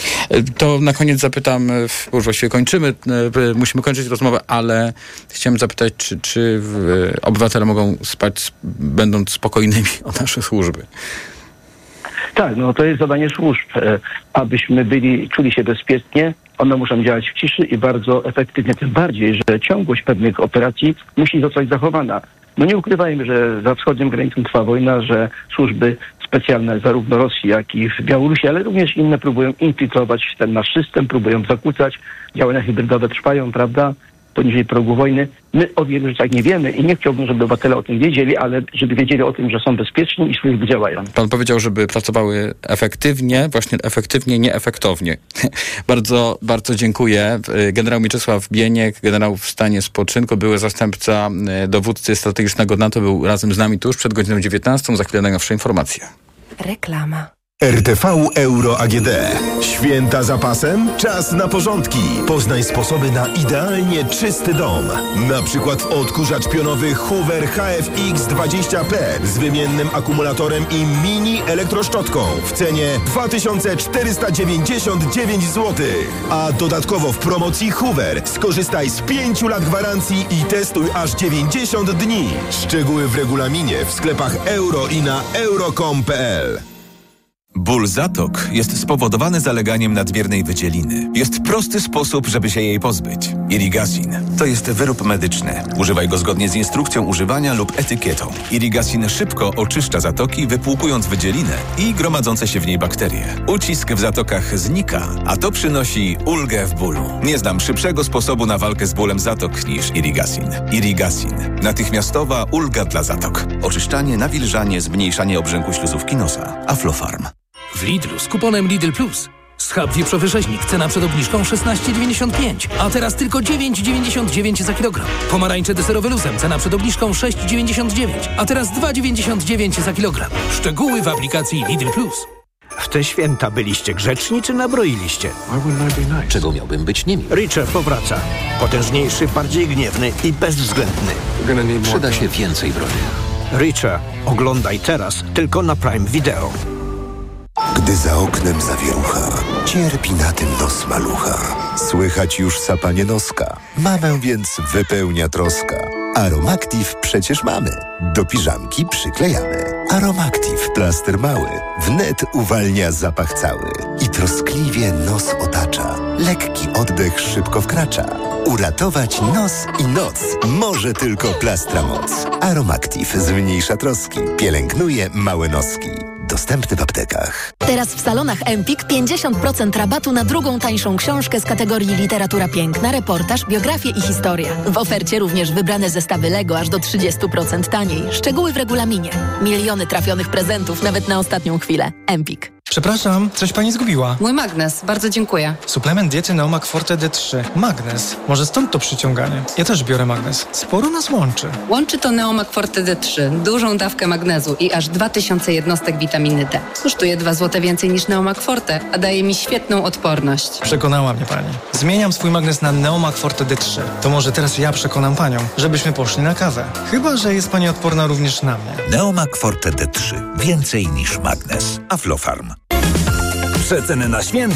To na koniec zapytam, bo już właściwie kończymy, musimy kończyć rozmowę, ale chciałem zapytać, czy, czy obywatele mogą spać, będąc spokojnymi o nasze służby? Tak, no to jest zadanie służb, abyśmy byli, czuli się bezpiecznie. One muszą działać w ciszy i bardzo efektywnie, tym bardziej, że ciągłość pewnych operacji musi zostać zachowana. No nie ukrywajmy, że za wschodnią granicą trwa wojna, że służby specjalne zarówno Rosji, jak i w Białorusi, ale również inne próbują infiltrować ten nasz system, próbują zakłócać, działania hybrydowe trwają, prawda? poniżej progu wojny. My o wielu rzeczach nie wiemy i nie chciałbym, żeby obywatele o tym wiedzieli, ale żeby wiedzieli o tym, że są bezpieczni i służby działają. Pan powiedział, żeby pracowały efektywnie, właśnie efektywnie, nieefektownie. bardzo, bardzo dziękuję. Generał Mieczysław Bieniek, generał w stanie spoczynku, były zastępca dowódcy strategicznego NATO, był razem z nami tuż przed godziną dziewiętnastą. Za chwilę najnowsze informacje. Reklama. R T V Euro A G D. Święta za pasem? Czas na porządki. Poznaj sposoby na idealnie czysty dom. Na przykład odkurzacz pionowy Hoover H F X dwadzieścia P z wymiennym akumulatorem i mini elektroszczotką w cenie dwa tysiące czterysta dziewięćdziesiąt dziewięć złotych. A dodatkowo w promocji Hoover skorzystaj z pięciu lat gwarancji i testuj aż dziewięćdziesiąt dni. Szczegóły w regulaminie w sklepach euro i na euro kropka com kropka p l. Ból zatok jest spowodowany zaleganiem nadmiernej wydzieliny. Jest prosty sposób, żeby się jej pozbyć. Irigasin. To jest wyrób medyczny. Używaj go zgodnie z instrukcją używania lub etykietą. Irigasin szybko oczyszcza zatoki, wypłukując wydzielinę i gromadzące się w niej bakterie. Ucisk w zatokach znika, a to przynosi ulgę w bólu. Nie znam szybszego sposobu na walkę z bólem zatok niż Irigasin. Irigasin. Natychmiastowa ulga dla zatok. Oczyszczanie, nawilżanie, zmniejszanie obrzęku śluzówki nosa. Aflofarm. W Lidlu z kuponem Lidl Plus. Schab wieprzowy rzeźnik, cena przed obniżką szesnaście dziewięćdziesiąt pięć, a teraz tylko dziewięć dziewięćdziesiąt dziewięć za kilogram. Pomarańcze deserowe luzem, cena przed obniżką sześć dziewięćdziesiąt dziewięć, a teraz dwa dziewięćdziesiąt dziewięć za kilogram. Szczegóły w aplikacji Lidl Plus. W te święta byliście grzeczni czy nabroiliście? Czego miałbym być nimi? Richard powraca. Potężniejszy, bardziej gniewny i bezwzględny. Przyda się więcej broni. Richard, oglądaj teraz tylko na Prime Video. Gdy za oknem zawierucha, cierpi na tym nos malucha. Słychać już sapanie noska. Mamę więc wypełnia troska. Aromactive przecież mamy. Do piżamki przyklejamy. Aromactive, plaster mały. Wnet uwalnia zapach cały. I troskliwie nos otacza. Lekki oddech szybko wkracza. Uratować nos i noc może tylko plastra moc. Aromactive zmniejsza troski. Pielęgnuje małe noski. Dostępny w aptekach. Teraz w salonach Empik pięćdziesiąt procent rabatu na drugą tańszą książkę z kategorii literatura piękna, reportaż, biografię i historia. W ofercie również wybrane zestawy Lego aż do trzydzieści procent taniej. Szczegóły w regulaminie. Miliony trafionych prezentów nawet na ostatnią chwilę. Empik. Przepraszam, coś pani zgubiła. Mój magnes, bardzo dziękuję. Suplement diety Neomak Forte D trzy. Magnes. Może stąd to przyciąganie. Ja też biorę magnes. Sporo nas łączy. Łączy to Neomak Forte D trzy. Dużą dawkę magnezu i aż dwa tysiące jednostek witaminy D. Kosztuje dwa złote więcej niż Neomak Forte, a daje mi świetną odporność. Przekonała mnie pani. Zmieniam swój magnes na Neomak Forte D trzy. To może teraz ja przekonam panią, żebyśmy poszli na kawę. Chyba że jest pani odporna również na mnie. Neomak Forte D trzy. Więcej niż magnes. Aflofarm. Przeceny na święta